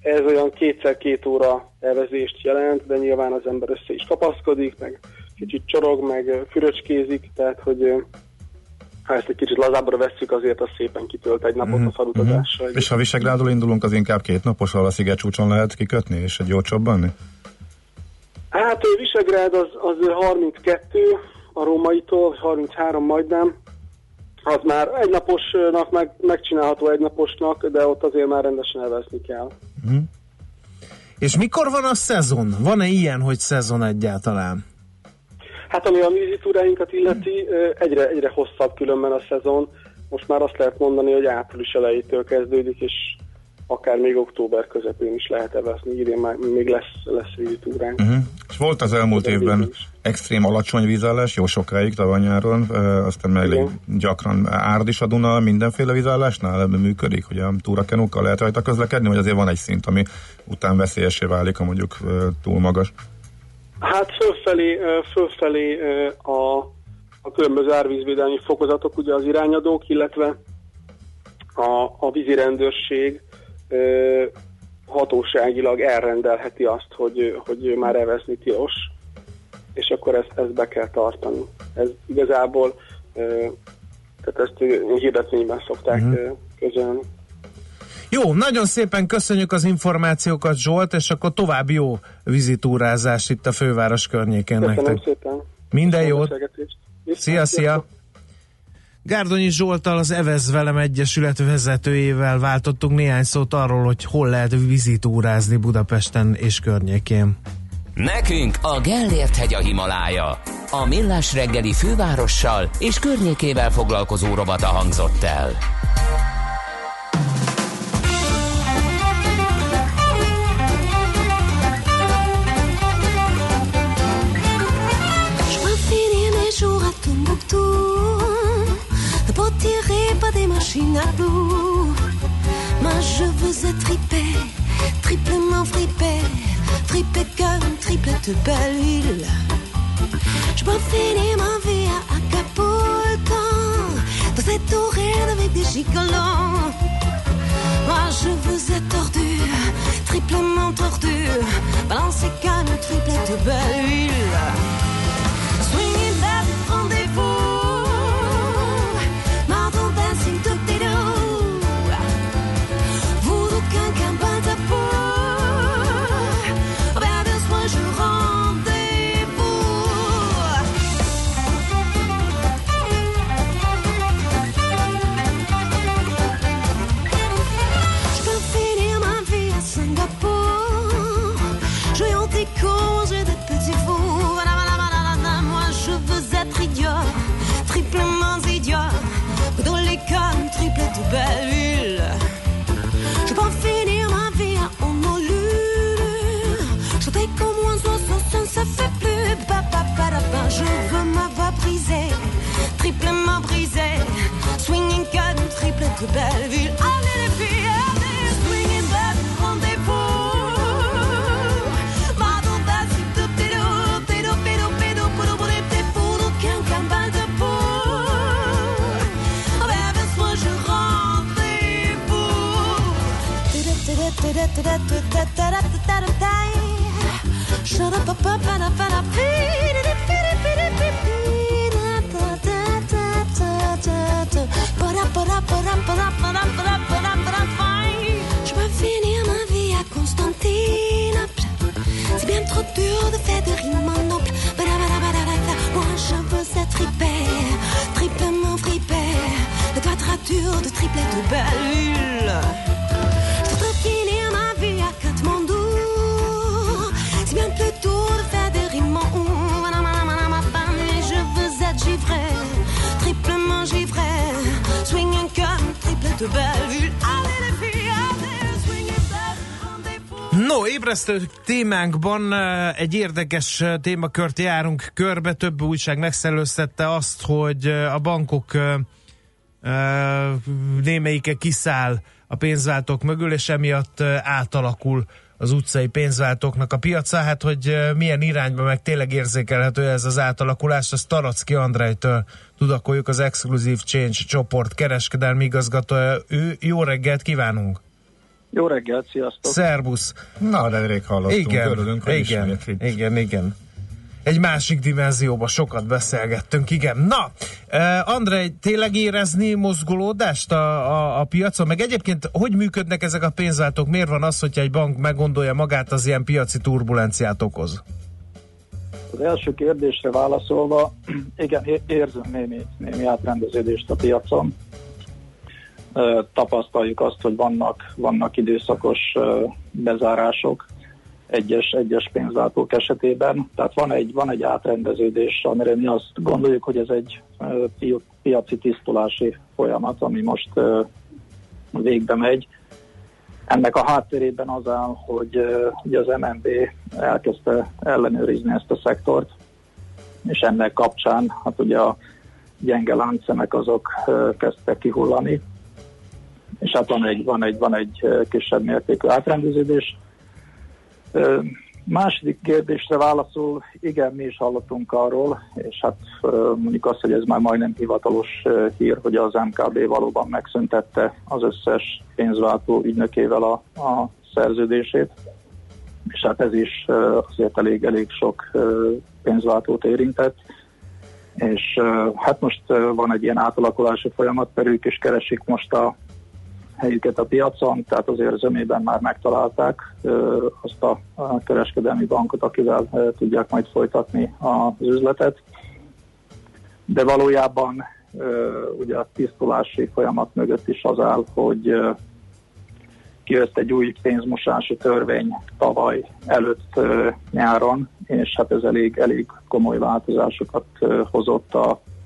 ez olyan 2x2 óra evezést jelent, de nyilván az ember össze is kapaszkodik, meg kicsit csorog, meg füröcskézik, tehát hogy ha ezt egy kicsit lazábbra vesszük, azért az szépen kitölt egy napot a falutazással. És ha Visegrádról indulunk, az inkább 2 napos, ahol a szigetcsúcson lehet kikötni, és egy jó csobbanni? Hát Visegrád az 32 a rómaitól, 33 majdnem. Az már egynaposnak megcsinálható egynaposnak, de ott azért már rendesen elvezni kell. És mikor van a szezon? Van-e ilyen, hogy szezon egyáltalán? Hát ami a vízitúráinkat illeti, egyre hosszabb különben a szezon. Most már azt lehet mondani, hogy április elejétől kezdődik, és akár még október közepén is lehet evezni. Idén már még lesz vízitúránk. És volt az elmúlt évben extrém alacsony vízállás, jó sokáig tavaly-nyáron, aztán meg gyakran árd is a Duna, mindenféle vízállásnál ebben működik, hogy a túrakenókkal lehet rajta közlekedni, vagy azért van egy szint, ami után veszélyessé válik, ha mondjuk túl magas? Hát fölfelé a különböző árvízvédelmi fokozatok, ugye az irányadók, illetve a vízirendőrség hatóságilag elrendelheti azt, hogy már evezni tilos, és akkor ezt be kell tartani. Ez igazából, tehát ezt hirdetményben szokták közölni. Jó, nagyon szépen köszönjük az információkat, Zsolt, és akkor további jó vízitúrázás itt a főváros környékén nektek. Köszönöm szépen. Minden jót. Szia. Gárdonyi Zsolttal, az Evez Velem Egyesület vezetőjével váltottunk néhány szót arról, hogy hol lehet vízitúrázni Budapesten és környékén. Nekünk a Gellért-hegy a Himalája. A Millás reggeli fővárossal és környékével foglalkozó rovata hangzott el. Pas des machines à bout. Moi je veux être tripé, triplement fripé, fripé comme triplette belle huile. Je peux finir ma vie à Acapulco, dans cette tourelle avec des gigolos. Moi je veux être tordu, triplement tordu, balancé comme une triplette belle huile. Swinging back, rendez-vous. Triplement idiot, dans les cannes, triplette belle huile. Je peux finir ma vie à Honolulu. Chanter comme un oiseau, ça fait plus. Je veux ma voix brisée, triplement brisée. Swinging canne, triplette belle huile. Allez les filles, allez, swinging belle, rendez-vous. Shut up, up, up, and up, and up. Je veux finir ma vie à Constantinople. C'est bien trop dur de faire des rimes en noble. Moi je veux être tripé, triplement fripé. La quadrature de triplette belle huile. Finir ma vie à Katmandou. C'est bien plus dur de faire des rimes en ou. Mais je veux être givré, triplement givré. Swinging comme triplette belle huile. Allez les filles, allez, swinging belle. No, ébresztő témánkban egy érdekes témakört járunk körbe. Több újság megszellőztette azt, hogy a bankok némelyike kiszáll a pénzváltók mögül, és emiatt átalakul az utcai pénzváltóknak a piaca. Hát, hogy milyen irányba meg tényleg érzékelhető ez az átalakulás, azt Taracki Andrejtől tudakoljuk, az Exclusive Change csoport kereskedelmi igazgatója. Jó reggelt kívánunk! Jó reggelt, sziasztok! Szervusz! Na, de rég hallottunk, örülünk, hogy igen. Egy másik dimenzióban sokat beszélgettünk, igen. Na, Andrej, tényleg érezni mozgolódást a piacon? Meg egyébként, hogy működnek ezek a pénzváltók? Miért van az, hogyha egy bank meggondolja magát, az ilyen piaci turbulenciát okoz? Az első kérdésre válaszolva, igen, érzem némi átrendeződést a piacon. Tapasztaljuk azt, hogy vannak időszakos bezárások egyes pénzváltók esetében. Tehát van egy átrendeződés, amire mi azt gondoljuk, hogy ez egy piaci tisztulási folyamat, ami most végbe megy. Ennek a hátterében az áll, hogy ugye az MNB elkezdte ellenőrizni ezt a szektort, és ennek kapcsán hát ugye a gyenge láncszemek azok kezdtek kihullani, és hát van egy kisebb mértékű átrendeződés. Második kérdésre válaszol, igen, mi is hallottunk arról, és hát mondjuk azt, hogy ez már majdnem hivatalos hír, hogy az MKB valóban megszüntette az összes pénzváltó ügynökével a szerződését, és hát ez is azért elég sok pénzváltót érintett, és hát most van egy ilyen átalakulási folyamat, mert ők is keresik most a helyüket a piacon, tehát azért zömében már megtalálták azt a kereskedelmi bankot, akivel tudják majd folytatni az üzletet. De valójában ugye a tisztulási folyamat mögött is az áll, hogy kijött egy új pénzmosási törvény tavaly előtt nyáron, és hát ez elég komoly változásokat hozott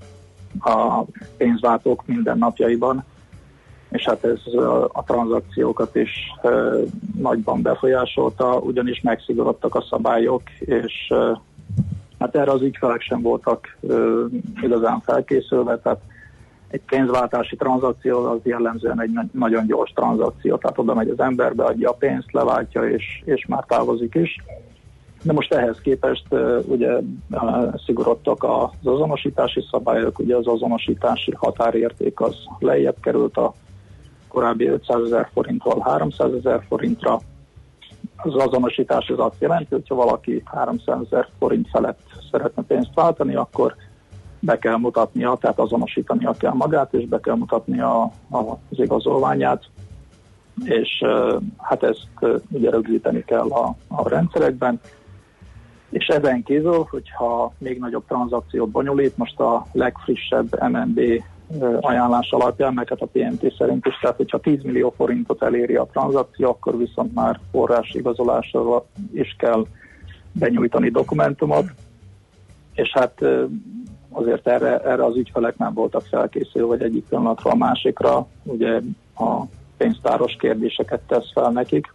a pénzváltók mindennapjaiban, és hát ez a tranzakciókat is nagyban befolyásolta, ugyanis megszigorodtak a szabályok, és hát erre az ügyfelek sem voltak igazán felkészülve, tehát egy pénzváltási tranzakció az jellemzően egy nagyon gyors tranzakció, tehát oda megy az ember, beadja a pénzt, leváltja, és már távozik is. De most ehhez képest ugye szigorodtak az azonosítási szabályok, ugye az azonosítási határérték az lejjebb került a korábbi 500 000 forintról 300 000 forintra. Az azonosítás az azt jelenti, hogyha valaki 300 000 forint felett szeretne pénzt váltani, akkor be kell mutatnia, tehát azonosítania kell magát, és be kell mutatnia az igazolványát, és hát ezt ugye rögzíteni kell a rendszerekben. És ezen kívül, hogyha még nagyobb tranzakciót bonyolít, most a legfrissebb MNB ajánlás alapján, meg hát a PNT szerint is, tehát hogyha 10 millió forintot eléri a tranzakció, akkor viszont már forrásigazolásra is kell benyújtani dokumentumot, és hát azért erre az ügyfelek nem voltak felkészülve, hogy egyik pillanatról a másikra ugye a pénztáros kérdéseket tesz fel nekik,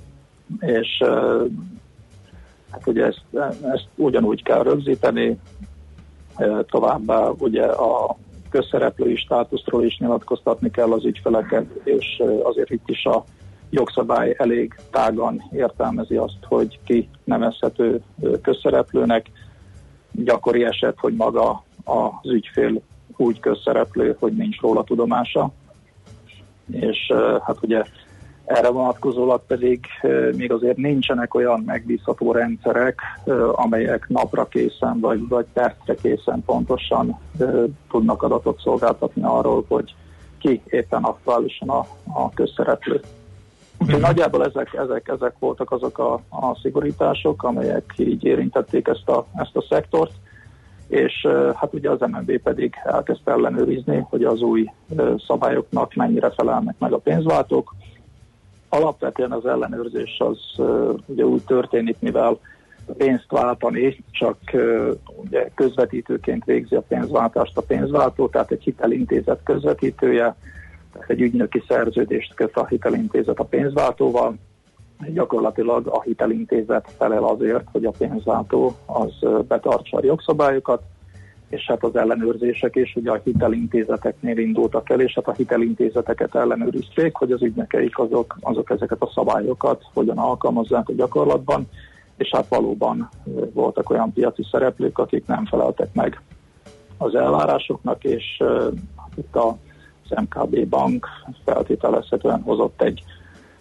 és hát ugye ezt ugyanúgy kell rögzíteni, továbbá ugye a közszereplői státuszról is nyilatkoztatni kell az ügyfeleket, és azért itt is a jogszabály elég tágan értelmezi azt, hogy ki nevezhető közszereplőnek. Gyakori eset, hogy maga az ügyfél úgy közszereplő, hogy nincs róla tudomása. És hát ugye erre vonatkozólag pedig még azért nincsenek olyan megbízható rendszerek, amelyek napra készen vagy percre készen pontosan tudnak adatot szolgáltatni arról, hogy ki éppen aktuálisan a közszereplő. Úgyhogy nagyjából ezek voltak azok a szigorítások, amelyek így érintették ezt a szektort, és hát ugye az MNB pedig elkezdte ellenőrizni, hogy az új szabályoknak mennyire felelnek meg a pénzváltók. Alapvetően az ellenőrzés az ugye úgy történik, mivel pénzt váltani csak ugye közvetítőként végzi a pénzváltást a pénzváltó, tehát egy hitelintézet közvetítője, tehát egy ügynöki szerződést köt a hitelintézet a pénzváltóval. Gyakorlatilag a hitelintézet felel azért, hogy a pénzváltó az betartsa a jogszabályokat, és hát az ellenőrzések is ugye a hitelintézeteknél indultak el, és hát a hitelintézeteket ellenőrizték, hogy az ügynökeik azok ezeket a szabályokat hogyan alkalmazzák a gyakorlatban, és hát valóban voltak olyan piaci szereplők, akik nem feleltek meg az elvárásoknak, és itt az MKB bank feltételezhetően hozott egy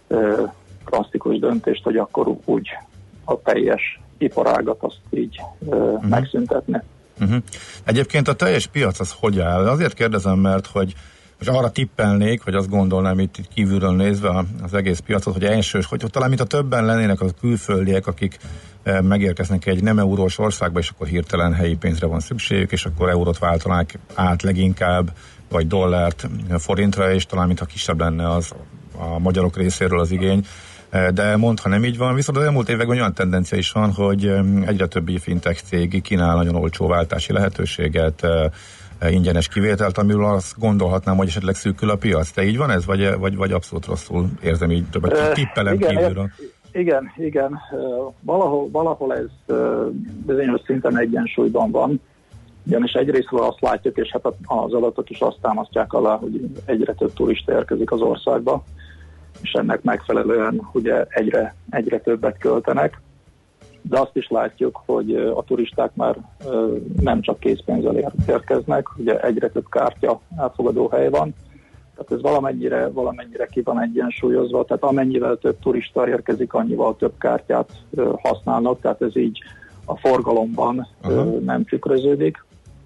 klasszikus döntést, hogy akkor úgy a teljes iparágat azt így megszüntetni. Egyébként a teljes piac az hogy áll? Azért kérdezem, mert hogy most arra tippelnék, vagy azt gondolnám itt kívülről nézve az egész piacot, hogy elsős, hogy talán mint a többen lennének az külföldiek, akik megérkeznek egy nem eurós országba, és akkor hirtelen helyi pénzre van szükségük, és akkor eurót váltanák át leginkább, vagy dollárt forintra, és talán mintha kisebb lenne az a magyarok részéről az igény. De mondd, ha nem így van, viszont az elmúlt években olyan tendencia is van, hogy egyre többi fintech cég kínál nagyon olcsó váltási lehetőséget, ingyenes kivételt, amiről azt gondolhatnám, hogy esetleg szűkül a piac. Te így van ez, vagy abszolút rosszul érzem így többet? Tippelem kívülről. Igen. Valahol ez bizonyos szinten egyensúlyban van, ugyanis egyrésztről azt látjuk, és hát az adatok is azt támasztják alá, hogy egyre több turista érkezik az országba, és ennek megfelelően ugye egyre többet költenek, de azt is látjuk, hogy a turisták már nem csak készpénzzel érkeznek, ugye egyre több kártya elfogadó hely van, tehát ez valamennyire ki van egyensúlyozva, tehát amennyivel több turista érkezik, annyival több kártyát használnak, tehát ez így a forgalomban nem tükröződik.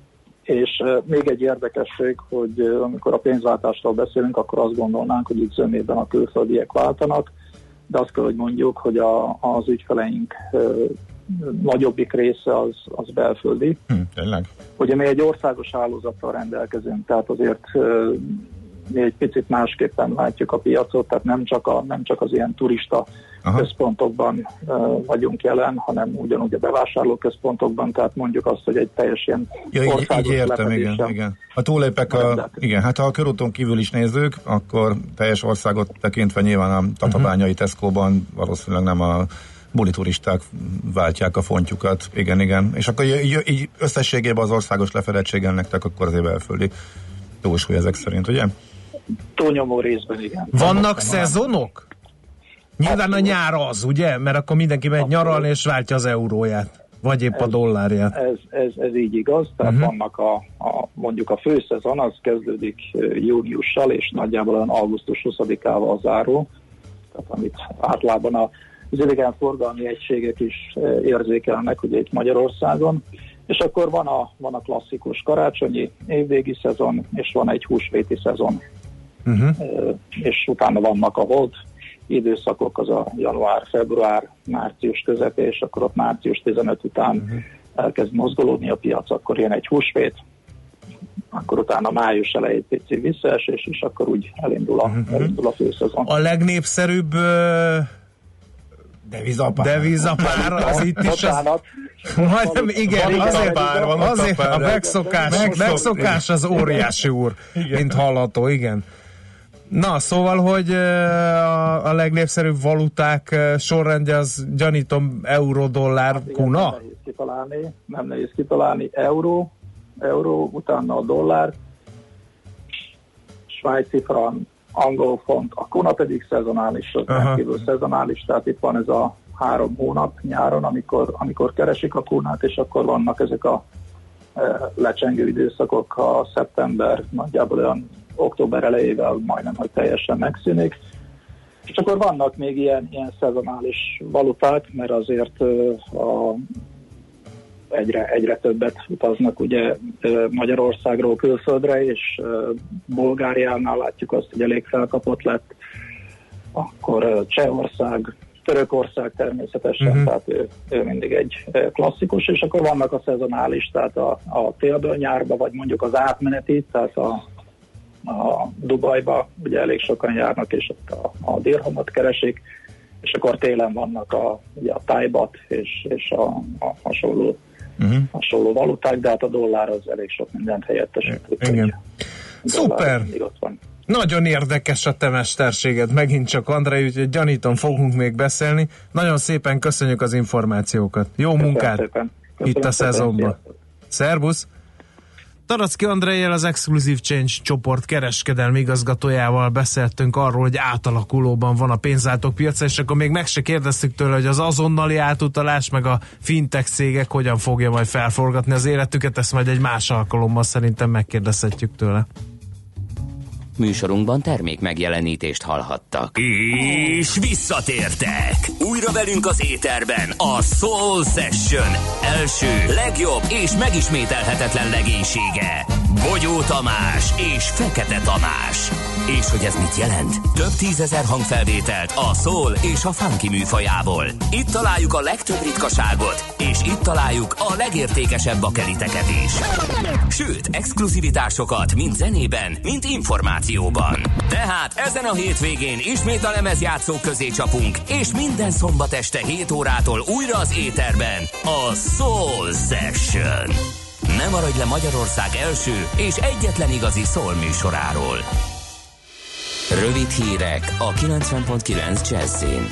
És még egy érdekesség, hogy amikor a pénzváltásról beszélünk, akkor azt gondolnánk, hogy itt zömében a külföldiek váltanak, de azt kell, hogy mondjuk, hogy az ügyfeleink nagyobbik része az belföldi. Tényleg? Ugye mi egy országos hálózattal rendelkezünk, tehát azért mi egy picit másképpen látjuk a piacot, tehát nem csak az ilyen turista központokban vagyunk jelen, hanem ugyanúgy a bevásárlóközpontokban, tehát mondjuk azt, hogy egy teljes ilyen országos így értem, igen. Ha túlépek hát ha a körúton kívül is nézzük, akkor teljes országot tekintve nyilván a tatabányai Tesco-ban valószínűleg nem a buli turisták váltják a fontjukat. Igen. És akkor így összességében az országos lefedettség nektek akkor azért belföldi túlsúly ezek szerint, ugye? Túlnyomó részben, igen. Vannak szezonok? Nyilván a nyár az, ugye? Mert akkor mindenki megy nyaralni és váltja az euróját. Vagy épp a dollárját. Ez így igaz, tehát vannak mondjuk a főszezon, az kezdődik júniussal, és nagyjából olyan augusztus 20-ával záró, tehát amit általában az idegenforgalmi egységek is érzékelnek, ugye itt Magyarországon. És akkor van a klasszikus karácsonyi évvégi szezon, és van egy húsvéti szezon. És utána vannak a holt időszakok, az a január, február, március közepé, és akkor ott március 15 után elkezd mozgolódni a piac, akkor jön egy húsvét, akkor utána május elején pici visszaesés, és akkor úgy elindul a főszezon. A legnépszerűbb devizapár az itt is majdnem, igen, azért a megszokás az óriási úr, mint hallható, igen. Na, szóval, hogy a legnépszerűbb valuták sorrendje az, gyanítom, euró, dollár, kuna? Nem nehéz kitalálni. Euró, utána a dollár, svájci frank, angol font, a kuna pedig szezonális, rendkívül szezonális, tehát itt van ez a 3 hónap nyáron, amikor keresik a kunát, és akkor vannak ezek a lecsengő időszakok, a szeptember nagyjából olyan október elejével majdnem, hogy teljesen megszűnik. És akkor vannak még ilyen szezonális valuták, mert azért egyre többet utaznak ugye Magyarországról külföldre, és Bulgáriánál látjuk azt, hogy elég felkapott lett, akkor Csehország, Törökország természetesen, tehát ő mindig egy klasszikus, és akkor vannak a szezonális, tehát a télből nyárba, vagy mondjuk az átmeneti, tehát a Dubajba ugye elég sokan járnak, és ott a dirhamot keresik, és akkor télen vannak ugye a tájbat és a hasonló valuták, de hát a dollár az elég sok mindent helyettesít. Igen. Szuper! Nagyon érdekes a te mesterséged, megint csak, Andrei, úgyhogy gyanítom, fogunk még beszélni. Nagyon szépen köszönjük az információkat. Jó munkát itt a szezonban. Szervusz! Taracki Andrejjel, az Exclusive Change csoport kereskedelmi igazgatójával beszéltünk arról, hogy átalakulóban van a pénzváltók piaca, és akkor még meg se kérdeztük tőle, hogy az azonnali átutalás, meg a fintech cégek hogyan fogja majd felforgatni az életüket, ezt majd egy más alkalommal szerintem megkérdezhetjük tőle. Műsorunkban termék megjelenítést hallhattak. És visszatértek! Újra velünk az éterben a Soul Session első, legjobb és megismételhetetlen legénysége. Bogyó Tamás és Fekete Tamás. És hogy ez mit jelent? Több 10 000 hangfelvételt a soul és a funky műfajából. Itt találjuk a legtöbb ritkaságot, és itt találjuk a legértékesebb bakeliteket is. Sőt, exkluzivitásokat mind zenében, mind információban. Tehát ezen a hétvégén ismét a lemezjátszók közé csapunk, és minden szombat este 7 órától újra az éterben a Soul Session. Ne maradj le Magyarország első és egyetlen igazi soul műsoráról. Rövid hírek a 90.9 Jazzin.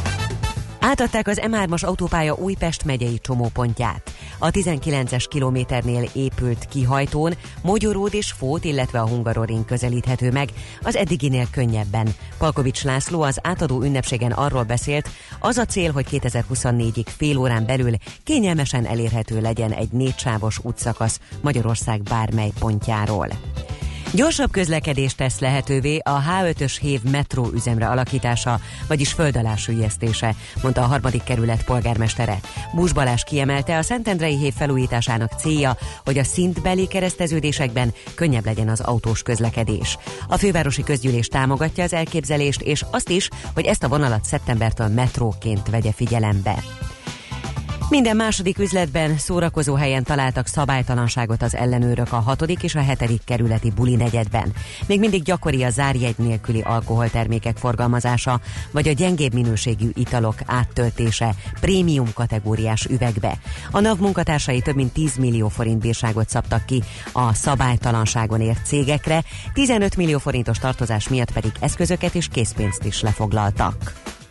Átadták az M3-as autópálya Újpest megyei csomópontját. A 19-es kilométernél épült kihajtón Mogyoród és Fót, illetve a Hungaroring közelíthető meg, az eddiginél könnyebben. Palkovics László az átadó ünnepségen arról beszélt, az a cél, hogy 2024-ig fél órán belül kényelmesen elérhető legyen egy 4-sávos útszakasz Magyarország bármely pontjáról. Gyorsabb közlekedést tesz lehetővé a H5-ös hév metró üzemre alakítása, vagyis föld alá süllyesztése, mondta a 3. kerület polgármestere. Bús Balázs kiemelte, a Szentendrei hév felújításának célja, hogy a szintbeli kereszteződésekben könnyebb legyen az autós közlekedés. A fővárosi közgyűlés támogatja az elképzelést, és azt is, hogy ezt a vonalat szeptembertől metróként vegye figyelembe. Minden második üzletben, szórakozó helyen találtak szabálytalanságot az ellenőrök a 6. és a 7. kerületi buli negyedben. Még mindig gyakori a zárjegy nélküli alkoholtermékek forgalmazása, vagy a gyengébb minőségű italok áttöltése prémium kategóriás üvegbe. A NAV munkatársai több mint 10 millió forint bírságot szabtak ki a szabálytalanságon ért cégekre, 15 millió forintos tartozás miatt pedig eszközöket és készpénzt is lefoglaltak.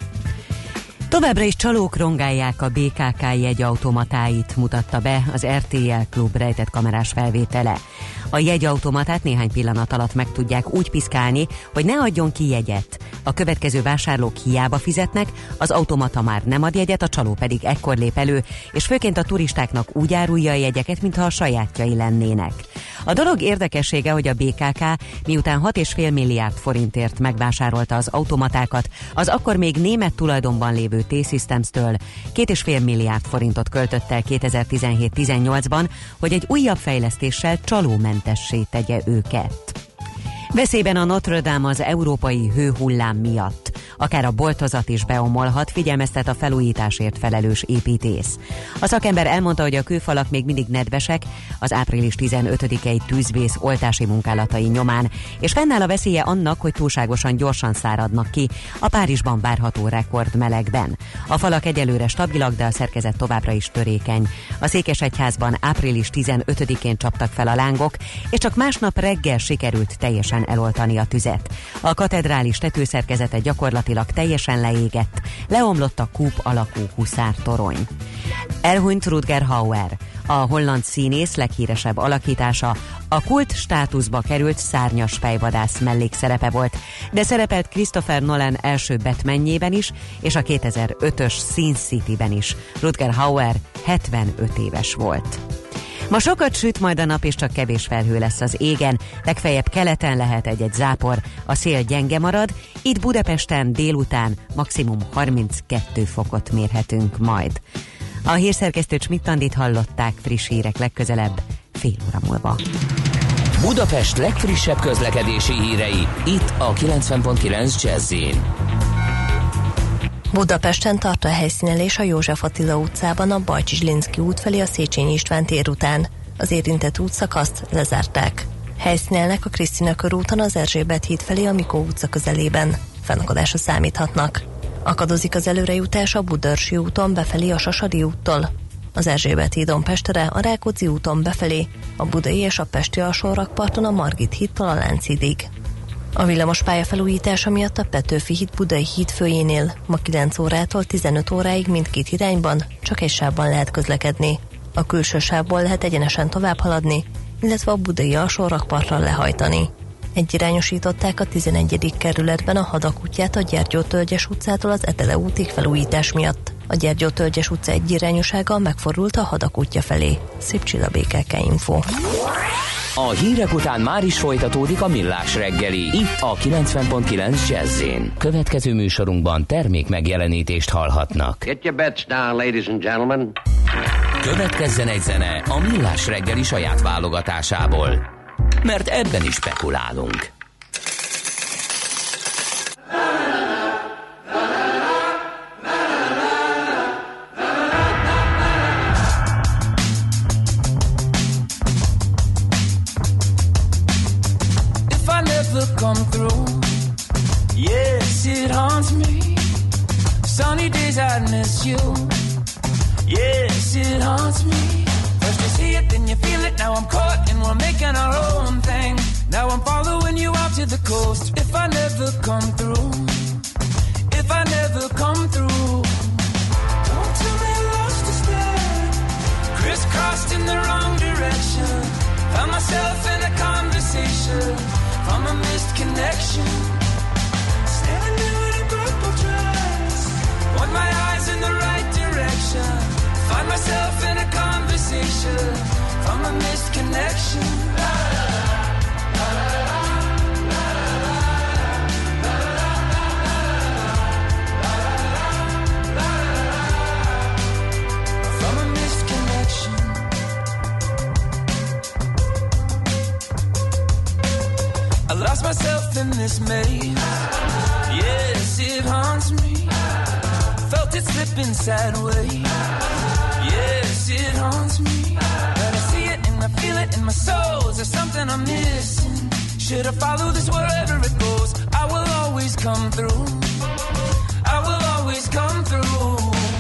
Továbbra is csalók rongálják a BKK jegyautomatáit, mutatta be az RTL Klub rejtett kamerás felvétele. A jegyautomatát néhány pillanat alatt meg tudják úgy piszkálni, hogy ne adjon ki jegyet. A következő vásárlók hiába fizetnek, az automata már nem ad jegyet, a csaló pedig ekkor lép elő, és főként a turistáknak úgy árulja a jegyeket, mintha a sajátjai lennének. A dolog érdekessége, hogy a BKK miután 6,5 milliárd forintért megvásárolta az automatákat, az akkor még német tulajdonban lévő T-Systems-től 2,5 milliárd forintot költött el 2017-18-ban, hogy egy újabb fejlesztéssel csalómentessé tegye őket. Veszélyben a Notre Dame az európai hőhullám miatt. Akár a boltozat is beomolhat, figyelmeztet a felújításért felelős építész. A szakember elmondta, hogy a kőfalak még mindig nedvesek az április 15-i tűzvész oltási munkálatai nyomán, és fennáll a veszélye annak, hogy túlságosan gyorsan száradnak ki a Párizsban várható rekordmelegben. A falak egyelőre stabilak, de a szerkezet továbbra is törékeny. A Székesegyházban április 15-én csaptak fel a lángok, és csak másnap reggel sikerült teljesen eloltani a tüzet. A katedrális tetőszerkezete gyakorlatilag teljesen leégett, leomlott a kúp alakú huszártorony. Elhunyt Rutger Hauer, a holland színész leghíresebb alakítása, a kult státuszba került szárnyas fejvadász mellékszerepe volt, de szerepelt Christopher Nolan első Batmanjében is, és a 2005-ös Sin City-ben is. Rutger Hauer 75 éves volt. Ma sokat süt majd a nap, és csak kevés felhő lesz az égen, legfeljebb keleten lehet egy-egy zápor, a szél gyenge marad, itt Budapesten délután maximum 32 fokot mérhetünk majd. A hírszerkesztő Schmidt-Andit hallották, friss hírek legközelebb, fél óra múlva. Budapest legfrissebb közlekedési hírei, itt a 90.9 Jazzin. Budapesten tart a helyszínelés a József Attila utcában a Bajcsy-Zsilinszky út felé a Széchenyi István tér után. Az érintett útszakaszt lezárták. Helyszínelnek a Krisztina körúton az Erzsébet híd felé a Mikó utca közelében. Fennakadásra számíthatnak. Akadozik az előrejutás a Budaörsi úton befelé a Sasadi úttól. Az Erzsébet hídon Pestre, a Rákóczi úton befelé, a Budai és a Pesti alsórakparton a Margit hídtól a Lánchídig. A villamos pályafelújítása miatt a Petőfi híd Budai híd főjénél ma 9 órától 15 óráig mindkét irányban csak egy sávban lehet közlekedni. A külső sávból lehet egyenesen tovább haladni, illetve a Budai alsórakpartra lehajtani. Egyirányosították a 11. kerületben a Hadak útját a Gyergyó-Tölgyes utcától az Etele útig felújítás miatt. A Gyergyó-Tölgyes utca egyirányúsága megfordult a Hadak útja felé. Szép Csilla, BKK Info. A hírek után már is folytatódik a Millás reggeli, itt a 90.9 Jazz-in. Következő műsorunkban termék megjelenítést hallhatnak. Get your bets down, ladies and gentlemen. Következzen egy zene a Millás reggeli saját válogatásából, mert ebben is spekulálunk. Come through, yes, it haunts me. Sunny days I miss you, yes, it haunts me. First you see it, then you feel it. Now I'm caught and we're making our own thing. Now I'm following you out to the coast. If I never come through, if I never come through, don't tell me I lost a step. Crisscrossed in the wrong direction. Found myself in a conversation from a missed connection. Standing there in a purple dress, want my eyes in the right direction. Find myself in a conversation from a missed connection. La, la, la, la, la, la, la, la, la, from a missed connection. I lost myself in this maze. Yes, it haunts me. Felt it slipping sideways. Yes, it haunts me. But I see it and I feel it in my soul. Is there something I'm missing? Should I follow this wherever it goes? I will always come through. I will always come through.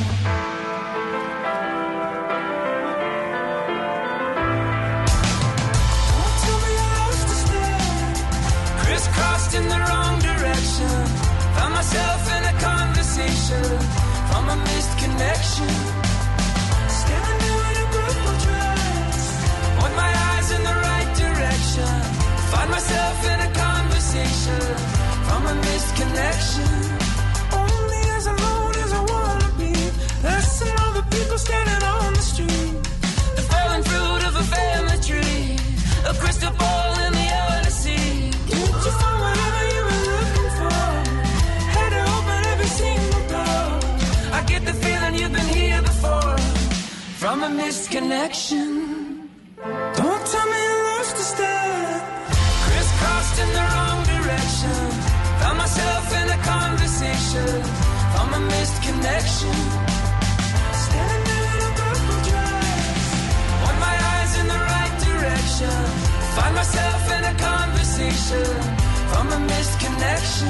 Crisscrossed in the wrong direction. Found myself in a conversation from a missed connection. Standing there in a purple dress, want my eyes in the right direction. Find myself in a conversation from a missed connection. Only as alone as I wanna be. There's some other people standing on the street. The fallen fruit of a family tree, a crystal ball in the Odyssey. Did you find whatever you were looking for? Had to open every single door. I get the feeling you've been here before. From a missed connection. Don't tell me I lost a step. Crisscrossed in the wrong direction. Found myself in a conversation from a missed connection. Standing there in a purple dress, want my eyes in the right direction. Find myself in a conversation from a missed connection.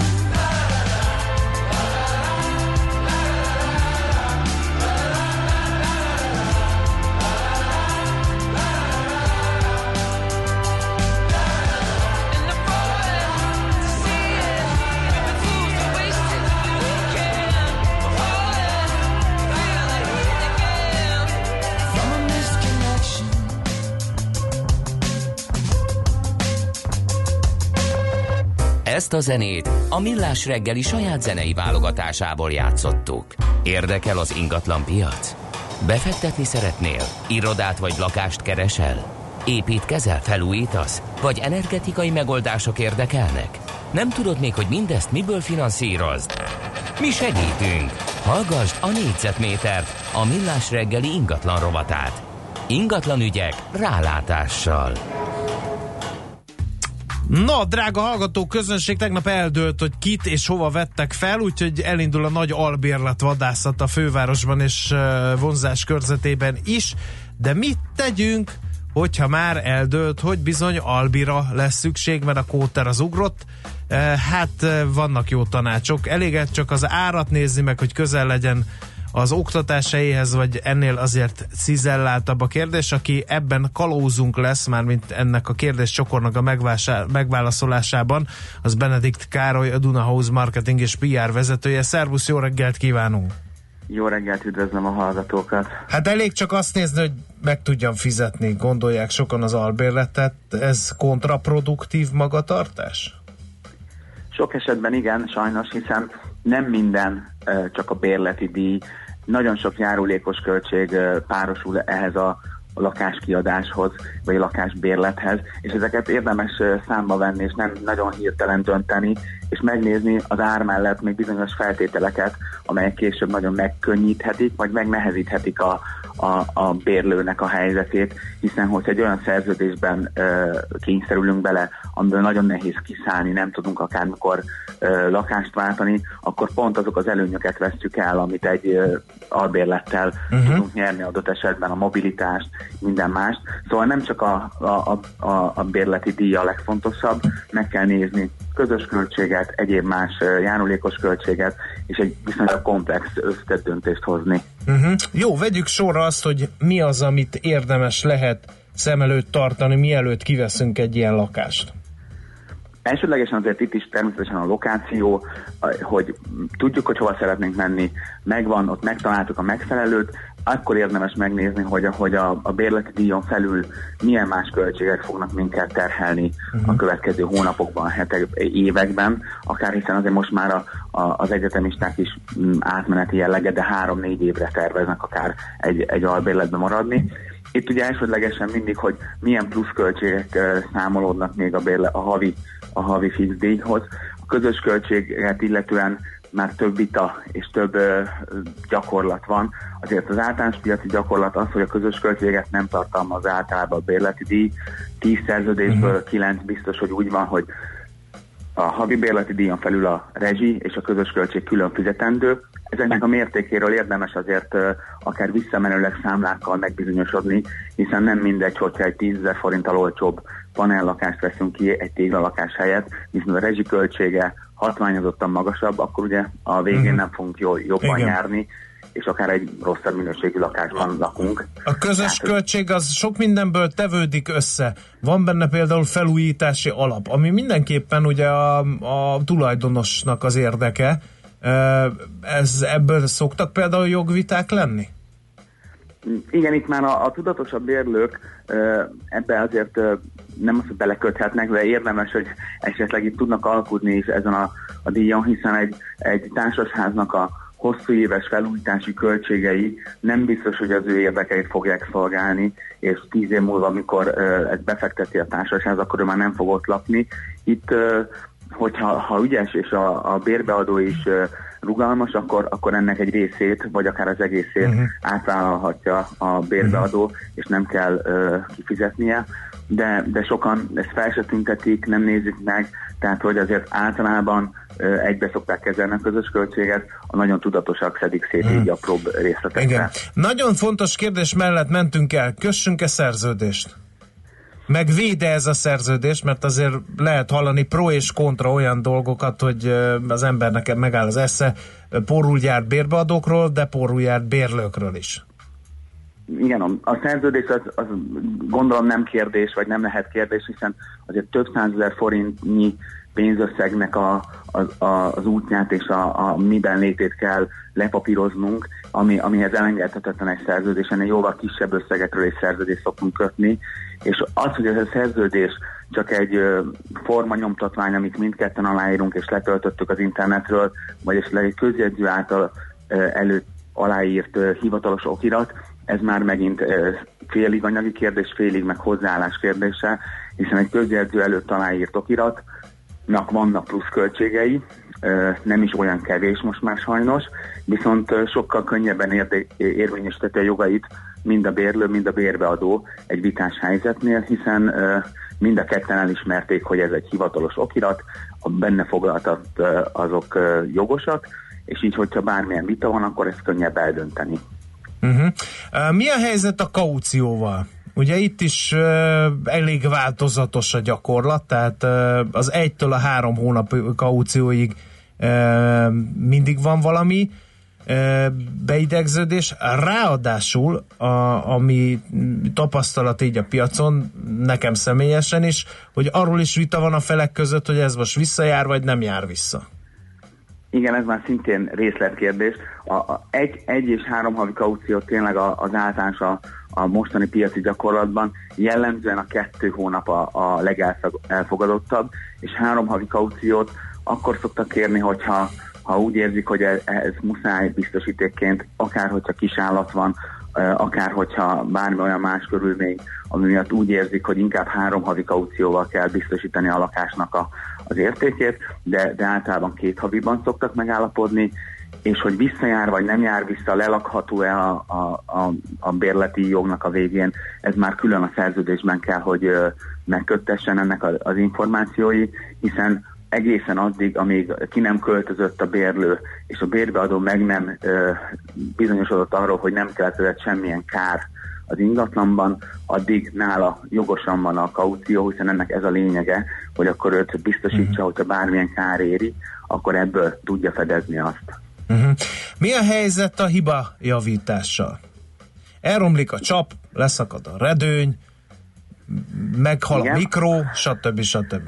Ezt a zenét a Millás reggeli saját zenei válogatásából játszottuk. Érdekel az ingatlan piac? Befektetni szeretnél? Irodát vagy lakást keresel? Építkezel, felújítasz? Vagy energetikai megoldások érdekelnek? Nem tudod még, hogy mindezt miből finanszírozd? Mi segítünk! Hallgasd a négyzetmétert, a Millás reggeli ingatlan rovatát. Ingatlan ügyek rálátással. Na, drága hallgató közönség, tegnap eldőlt, hogy kit és hova vettek fel, úgyhogy elindul a nagy albérlet vadászat a fővárosban és vonzás körzetében is, de mit tegyünk, hogyha már eldőlt, hogy bizony albira lesz szükség, mert a kóter az ugrott? Hát vannak jó tanácsok, elég csak az árat nézni meg, hogy közel legyen az oktatás helyéhez, vagy ennél azért cizelláltabb a kérdés. Aki ebben kalózunk lesz, mármint ennek a kérdéscsokornak a megválaszolásában, az Benedikt Károly, a Duna House marketing és PR vezetője. Szervusz, jó reggelt kívánunk! Jó reggelt, üdvözlöm a hallgatókat! Hát elég csak azt nézni, hogy meg tudjam fizetni, gondolják sokan az albérletet. Ez kontraproduktív magatartás? Sok esetben igen, sajnos, hiszen nem minden csak a bérleti díj. Nagyon sok járulékos költség párosul ehhez a lakáskiadáshoz, vagy a lakásbérlethez, és ezeket érdemes számba venni, és nem nagyon hirtelen dönteni, és megnézni az ár mellett még bizonyos feltételeket, amelyek később nagyon megkönnyíthetik, vagy megnehezíthetik a bérlőnek a helyzetét, hiszen hogyha egy olyan szerződésben kényszerülünk bele, amiből nagyon nehéz kiszállni, nem tudunk akármikor lakást váltani, akkor pont azok az előnyöket vesztjük el, amit egy albérlettel tudunk nyerni adott esetben, a mobilitást, minden mást. Szóval nem csak a bérleti díj a legfontosabb, meg kell nézni közös költséget, egyéb más járulékos költséget, és egy viszonylag komplex összetett hozni. Jó, vegyük sorra azt, hogy mi az, amit érdemes lehet szem előtt tartani, mielőtt kiveszünk egy ilyen lakást. Elsődlegesen azért itt is természetesen a lokáció, hogy tudjuk, hogy hova szeretnénk menni, megvan, ott megtaláltuk a megfelelőt, akkor érdemes megnézni, hogy a bérleti díjon felül milyen más költségek fognak minket terhelni a következő hónapokban, években, akár hiszen azért most már az egyetemisták is átmeneti jellege, de 3-4 évre terveznek akár egy albérletben maradni. Itt ugye elsődlegesen mindig, hogy milyen pluszköltségek számolódnak még a havi fix díjhoz. A közös költséget illetően már több vita és több gyakorlat van. Azért az általános piaci gyakorlat az, hogy a közös költséget nem tartalmaz általában a bérleti díj. 10 szerződésből 9 biztos, hogy úgy van, hogy a havi bérleti díjon felül a rezsi és a közös költség külön fizetendő. Ezeknek a mértékéről érdemes azért akár visszamenőleg számlákkal megbizonyosodni, hiszen nem mindegy, hogyha egy 10 000 forinttal olcsóbb panellakást veszünk ki egy téglalakás helyett, viszont a rezsiköltsége hatványozottan magasabb, akkor ugye a végén nem fogunk jobban járni, és akár egy rosszabb minőségű lakásban lakunk. A közös költség az sok mindenből tevődik össze. Van benne például felújítási alap, ami mindenképpen ugye a tulajdonosnak az érdeke. Ebből szoktak például jogviták lenni? Igen, itt már a tudatosabb bérlők ebbe azért nem azt, hogy beleköthetnek, de érdemes, hogy esetleg itt tudnak alkudni is ezen a díjon, hiszen egy társasháznak a hosszú éves felújítási költségei nem biztos, hogy az ő érdekeit fogják szolgálni, és 10 év múlva, amikor ezt befekteti a társasház, akkor ő már nem fog ott lakni. Itt, hogyha ügyes és a bérbeadó is rugalmas, akkor ennek egy részét, vagy akár az egészét átvállalhatja a bérbeadó, és nem kell kifizetnie. De sokan ezt fel se tüntetik, nem nézik meg, tehát hogy azért általában egybe szokták kezelni a közös költséget, a nagyon tudatosak szedik szét így apróbb részletekre. Igen. Nagyon fontos kérdés mellett mentünk el, kössünk-e szerződést? Meg véde ez a szerződés, mert azért lehet hallani pro és kontra olyan dolgokat, hogy az embernek megáll az esze, pórul járt bérbeadókról, de pórul járt bérlőkről is. Igen, a szerződés az gondolom nem kérdés, vagy nem lehet kérdés, hiszen azért több 100 000 forintnyi pénzösszegnek az útját és a miben létét kell lepapíroznunk, amihez elengedhetetlen egy szerződés, ennél jóval kisebb összegekről egy szerződést szoktunk kötni, és az, hogy ez a szerződés csak egy formanyomtatvány, amit mindketten aláírunk és letöltöttük az internetről, vagy esetleg egy közjegyző által előtt aláírt hivatalos okirat, ez már megint félig anyagi kérdés, félig meg hozzáállás kérdése, hiszen egy közjegyző előtt aláírt okiratnak vannak pluszköltségei, nem is olyan kevés most már sajnos, viszont sokkal könnyebben érvényesíteti a jogait mind a bérlő, mind a bérbeadó egy vitás helyzetnél, hiszen mind a ketten elismerték, hogy ez egy hivatalos okirat, a benne foglaltak azok jogosak, és így, hogyha bármilyen vita van, akkor ezt könnyebb eldönteni. Mi a helyzet a kaucióval? Ugye itt is elég változatos a gyakorlat, tehát az 1-től a 3 hónap kaucióig mindig van valami beidegződés, ráadásul ami tapasztalat így a piacon, nekem személyesen is, hogy arról is vita van a felek között, hogy ez most visszajár, vagy nem jár vissza. Igen, ez már szintén részletkérdés. Egy és 3 havi kaució tényleg az általános a mostani piaci gyakorlatban, jellemzően a 2 hónap a legelfogadottabb, és 3 havi kauciót akkor szoktak kérni, hogyha úgy érzik, hogy ez muszáj biztosítékként, akár hogyha kisállat van, akár hogyha bármi olyan más körülmény, ami miatt úgy érzik, hogy inkább 3 havi kaucióval kell biztosítani a lakásnak az értékét, de általában 2 haviban szoktak megállapodni, és hogy visszajár vagy nem jár vissza, lelakható-e a bérleti jognak a végén, ez már külön a szerződésben kell, hogy megköttessen ennek az információi, hiszen egészen addig, amíg ki nem költözött a bérlő, és a bérbeadó meg nem bizonyosodott arról, hogy nem keletkezett semmilyen kár az ingatlanban, addig nála jogosan van a kaució, hiszen ennek ez a lényege, hogy akkor őt biztosítsa, hogyha bármilyen kár éri, akkor ebből tudja fedezni azt. Mi a helyzet a hiba javítással? Elromlik a csap, leszakad a redőny, meghal a mikró, stb.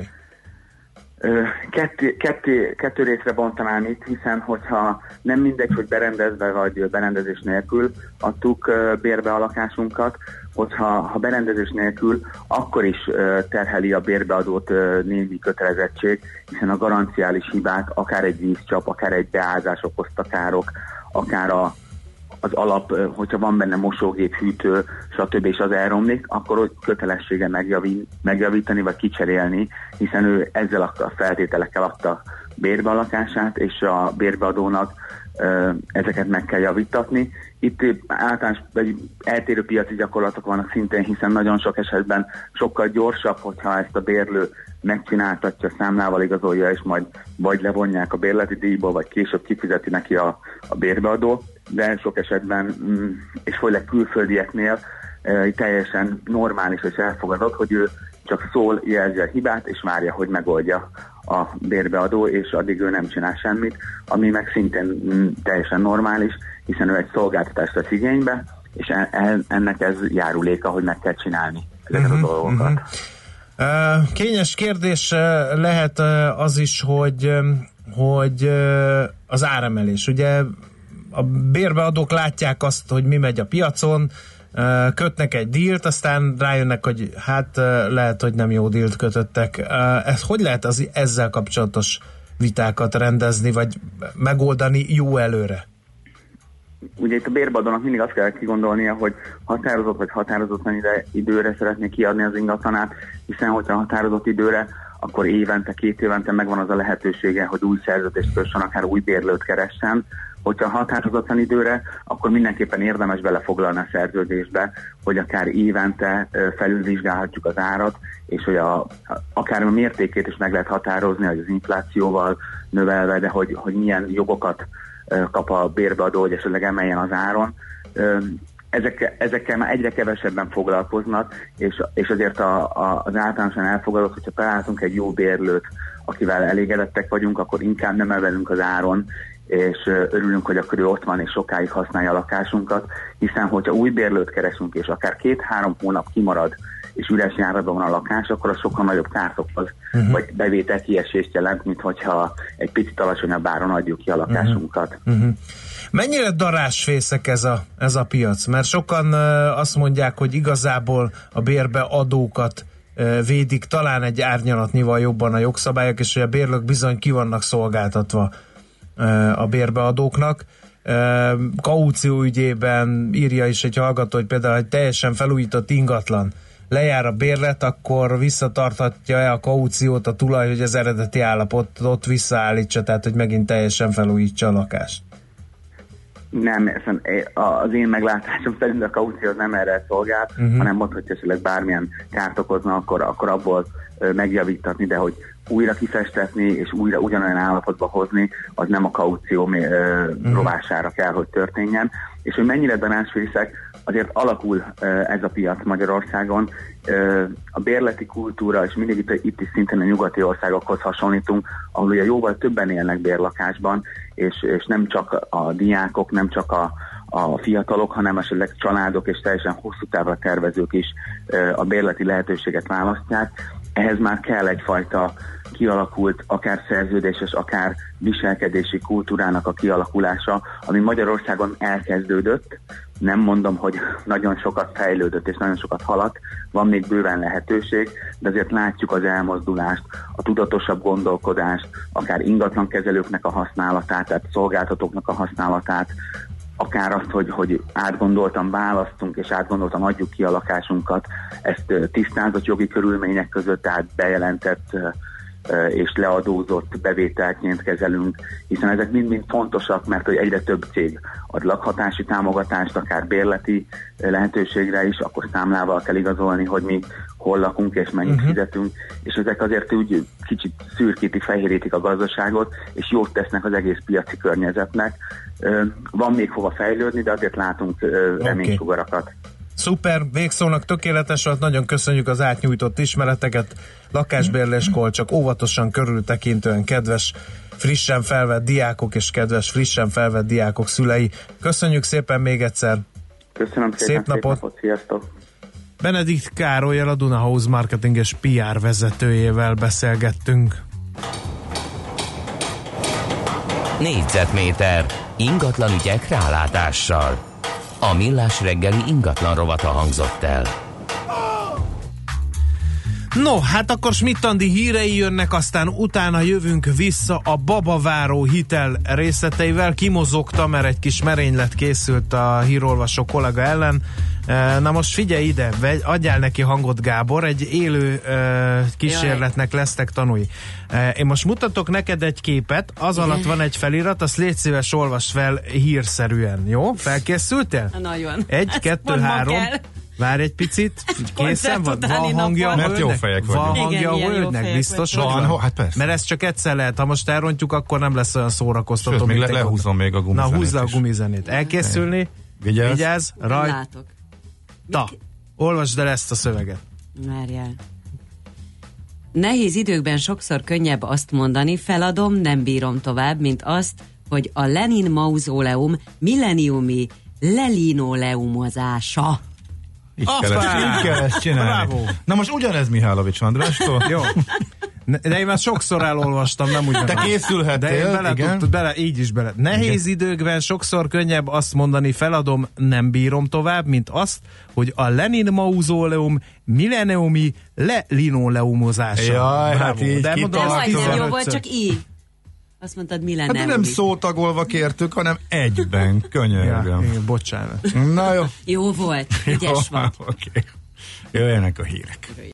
Kettő részre bontanám itt, hiszen hogyha nem mindegy, hogy berendezve vagy berendezés nélkül adtuk bérbe a lakásunkat, hogyha berendezés nélkül, akkor is terheli a bérbeadót némi kötelezettség, hiszen a garanciális hibák, akár egy vízcsap, akár egy beázás okozta károk, akár az alap, hogyha van benne mosógép, hűtő, stb. És az elromlik, akkor kötelessége megjavítani vagy kicserélni, hiszen ő ezzel a feltételekkel adta bérbe a lakását, és a bérbeadónak ezeket meg kell javítatni. Itt általános vagy eltérő piaci gyakorlatok vannak szintén, hiszen nagyon sok esetben sokkal gyorsabb, hogyha ezt a bérlő megcsináltatja, számlával igazolja, és majd vagy levonják a bérleti díjból, vagy később kifizeti neki a bérbeadó, de sok esetben, és főleg külföldieknél teljesen normális és elfogadott, hogy ő csak szól, jelzi a hibát, és várja, hogy megoldja a bérbeadó, és addig ő nem csinál semmit, ami meg szintén teljesen normális, hiszen ő egy szolgáltatást vesz igénybe, és ennek ez járuléka, hogy meg kell csinálni ezeket a dolgokat. Kényes kérdés lehet az is, hogy az áremelés. Ugye a bérbeadók látják azt, hogy mi megy a piacon, kötnek egy dílt, aztán rájönnek, hogy hát lehet, hogy nem jó dílt kötöttek. Ez hogy lehet ezzel kapcsolatos vitákat rendezni, vagy megoldani jó előre? Ugye itt a bérbeadónak mindig azt kell kigondolnia, hogy határozott vagy határozatlan időre szeretné kiadni az ingatlanát, hiszen hogyha határozott időre, akkor évente, 2 évente megvan az a lehetősége, hogy új szerződést kössön, akár új bérlőt keressen. Hogyha határozatlan időre, akkor mindenképpen érdemes belefoglalni a szerződésbe, hogy akár évente felülvizsgálhatjuk az árat, és hogy akár a mértékét is meg lehet határozni, hogy az inflációval növelve, de hogy milyen jogokat kap a bérbeadó, hogy esetleg emeljen az áron. Ezekkel már egyre kevesebben foglalkoznak, és azért az általánosan elfogadott, hogyha találtunk egy jó bérlőt, akivel elégedettek vagyunk, akkor inkább nem emelünk az áron, és örülünk, hogy akkor ő ott van, és sokáig használja a lakásunkat, hiszen hogyha új bérlőt keresünk, és akár 2-3 hónap kimarad, és üres járatban van a lakás, akkor az sokkal nagyobb kárt okoz, vagy bevétel kiesést jelent, mint hogyha egy picit alacsonyabb áron adjuk ki a lakásunkat. Mennyire darásfészek ez a piac? Mert sokan azt mondják, hogy igazából a bérbeadókat védik talán egy árnyalatnyival jobban a jogszabályok, és hogy a bérlők bizony ki vannak szolgáltatva a bérbeadóknak. Kaució ügyében írja is egy hallgató, hogy például egy teljesen felújított ingatlan lejár a bérlet, akkor visszatarthatja-e a kauciót a tulaj, hogy az eredeti állapotot visszaállítsa, tehát hogy megint teljesen felújítsa a lakást? Nem, az én meglátásom szerint a kaució nem erre szolgál, hanem ott, hogy esetleg bármilyen kárt okozna, akkor abból megjavítatni, de hogy újra kifestetni és újra ugyanolyan állapotba hozni, az nem a kaució rovására kell, hogy történjen. És hogy mennyire darásfészek, azért alakul ez a piac Magyarországon. A bérleti kultúra, és mindig itt is szintén a nyugati országokhoz hasonlítunk, ahol ugye jóval többen élnek bérlakásban, és nem csak a diákok, nem csak a fiatalok, hanem esetleg családok és teljesen hosszú távra tervezők is a bérleti lehetőséget választják. Ehhez már kell egyfajta kialakult, akár szerződéses, akár viselkedési kultúrának a kialakulása, ami Magyarországon elkezdődött. Nem mondom, hogy nagyon sokat fejlődött és nagyon sokat haladt, van még bőven lehetőség, de azért látjuk az elmozdulást, a tudatosabb gondolkodást, akár ingatlankezelőknek a használatát, tehát szolgáltatóknak a használatát, akár azt, hogy átgondoltan választunk és átgondoltan adjuk ki a lakásunkat, ezt tisztázott jogi körülmények között, tehát bejelentett és leadózott bevételként kezelünk, hiszen ezek mind-mind fontosak, mert hogy egyre több cég ad lakhatási támogatást, akár bérleti lehetőségre is, akkor számlával kell igazolni, hogy mi hol lakunk és mennyit fizetünk, és ezek azért úgy kicsit szürkíti, fehérítik a gazdaságot, és jót tesznek az egész piaci környezetnek. Van még hova fejlődni, de azért látunk reménysugarakat. Szuper, végszónak tökéletes volt, nagyon köszönjük az átnyújtott ismereteket, lakásbérléskor csak óvatosan, körültekintően, kedves, frissen felvett diákok és kedves, frissen felvett diákok szülei. Köszönjük szépen még egyszer! Köszönöm szépen, szép napot, sziasztok! Benedikt Károlyal, a Duna House marketing és PR vezetőjével beszélgettünk. Négyzetméter ingatlan ügyek rálátással. A Millás reggeli ingatlan rovata hangzott el. No, hát akkor Schmidt-Andi hírei jönnek, aztán utána jövünk vissza a babaváró hitel részleteivel. Kimozogta, mert egy kis merénylet készült a hírolvasó kollega ellen. Na most figyelj ide, adjál neki hangot, Gábor, egy élő kísérletnek lesztek tanúi. Én most mutatok neked egy képet, az alatt van egy felirat, azt légy szíves, olvasd fel hírszerűen, jó? Felkészültél? Nagyon. 1, 2, 3. Várj egy picit, készen van? Van hangja a mert jó fejek vagyunk. Van hangja a hölgynek, biztos, hogy van? Hát persze. Mert ez csak egyszer lehet, ha most elrontjuk, akkor nem lesz olyan szórakoztató. Sőt, még lehúzom még a gumizenét. Na, húzd le a gumizenét. Elkészülni? Vigyázz. Rajt. Látok. Olvasd el ezt a szöveget. Várjál. Nehéz időkben sokszor könnyebb azt mondani, feladom, nem bírom tovább, mint azt, hogy a Lenin mauzóleum milleniumi lelinoleumozása. Így kell ezt csinálni. Bravo. Na most ugyanez Mihálovics Andrástól. Jó. De én már sokszor elolvastam, nem ugyanaz. Te készülhettél, de igen. Így is bele. Nehéz időkben sokszor könnyebb azt mondani, feladom, nem bírom tovább, mint azt, hogy a Lenin mauzóleum milleniumi lelinoleumozása. Jaj, hát így de majdnem jó volt, csak így. Azt mondtad milleniumi. Hát nem szótagolva kértük, hanem egyben. Könyörgöm. Ja, bocsánat. Na jó. Jó volt, ügyes vagy. Okay. Jöjjenek a hírek.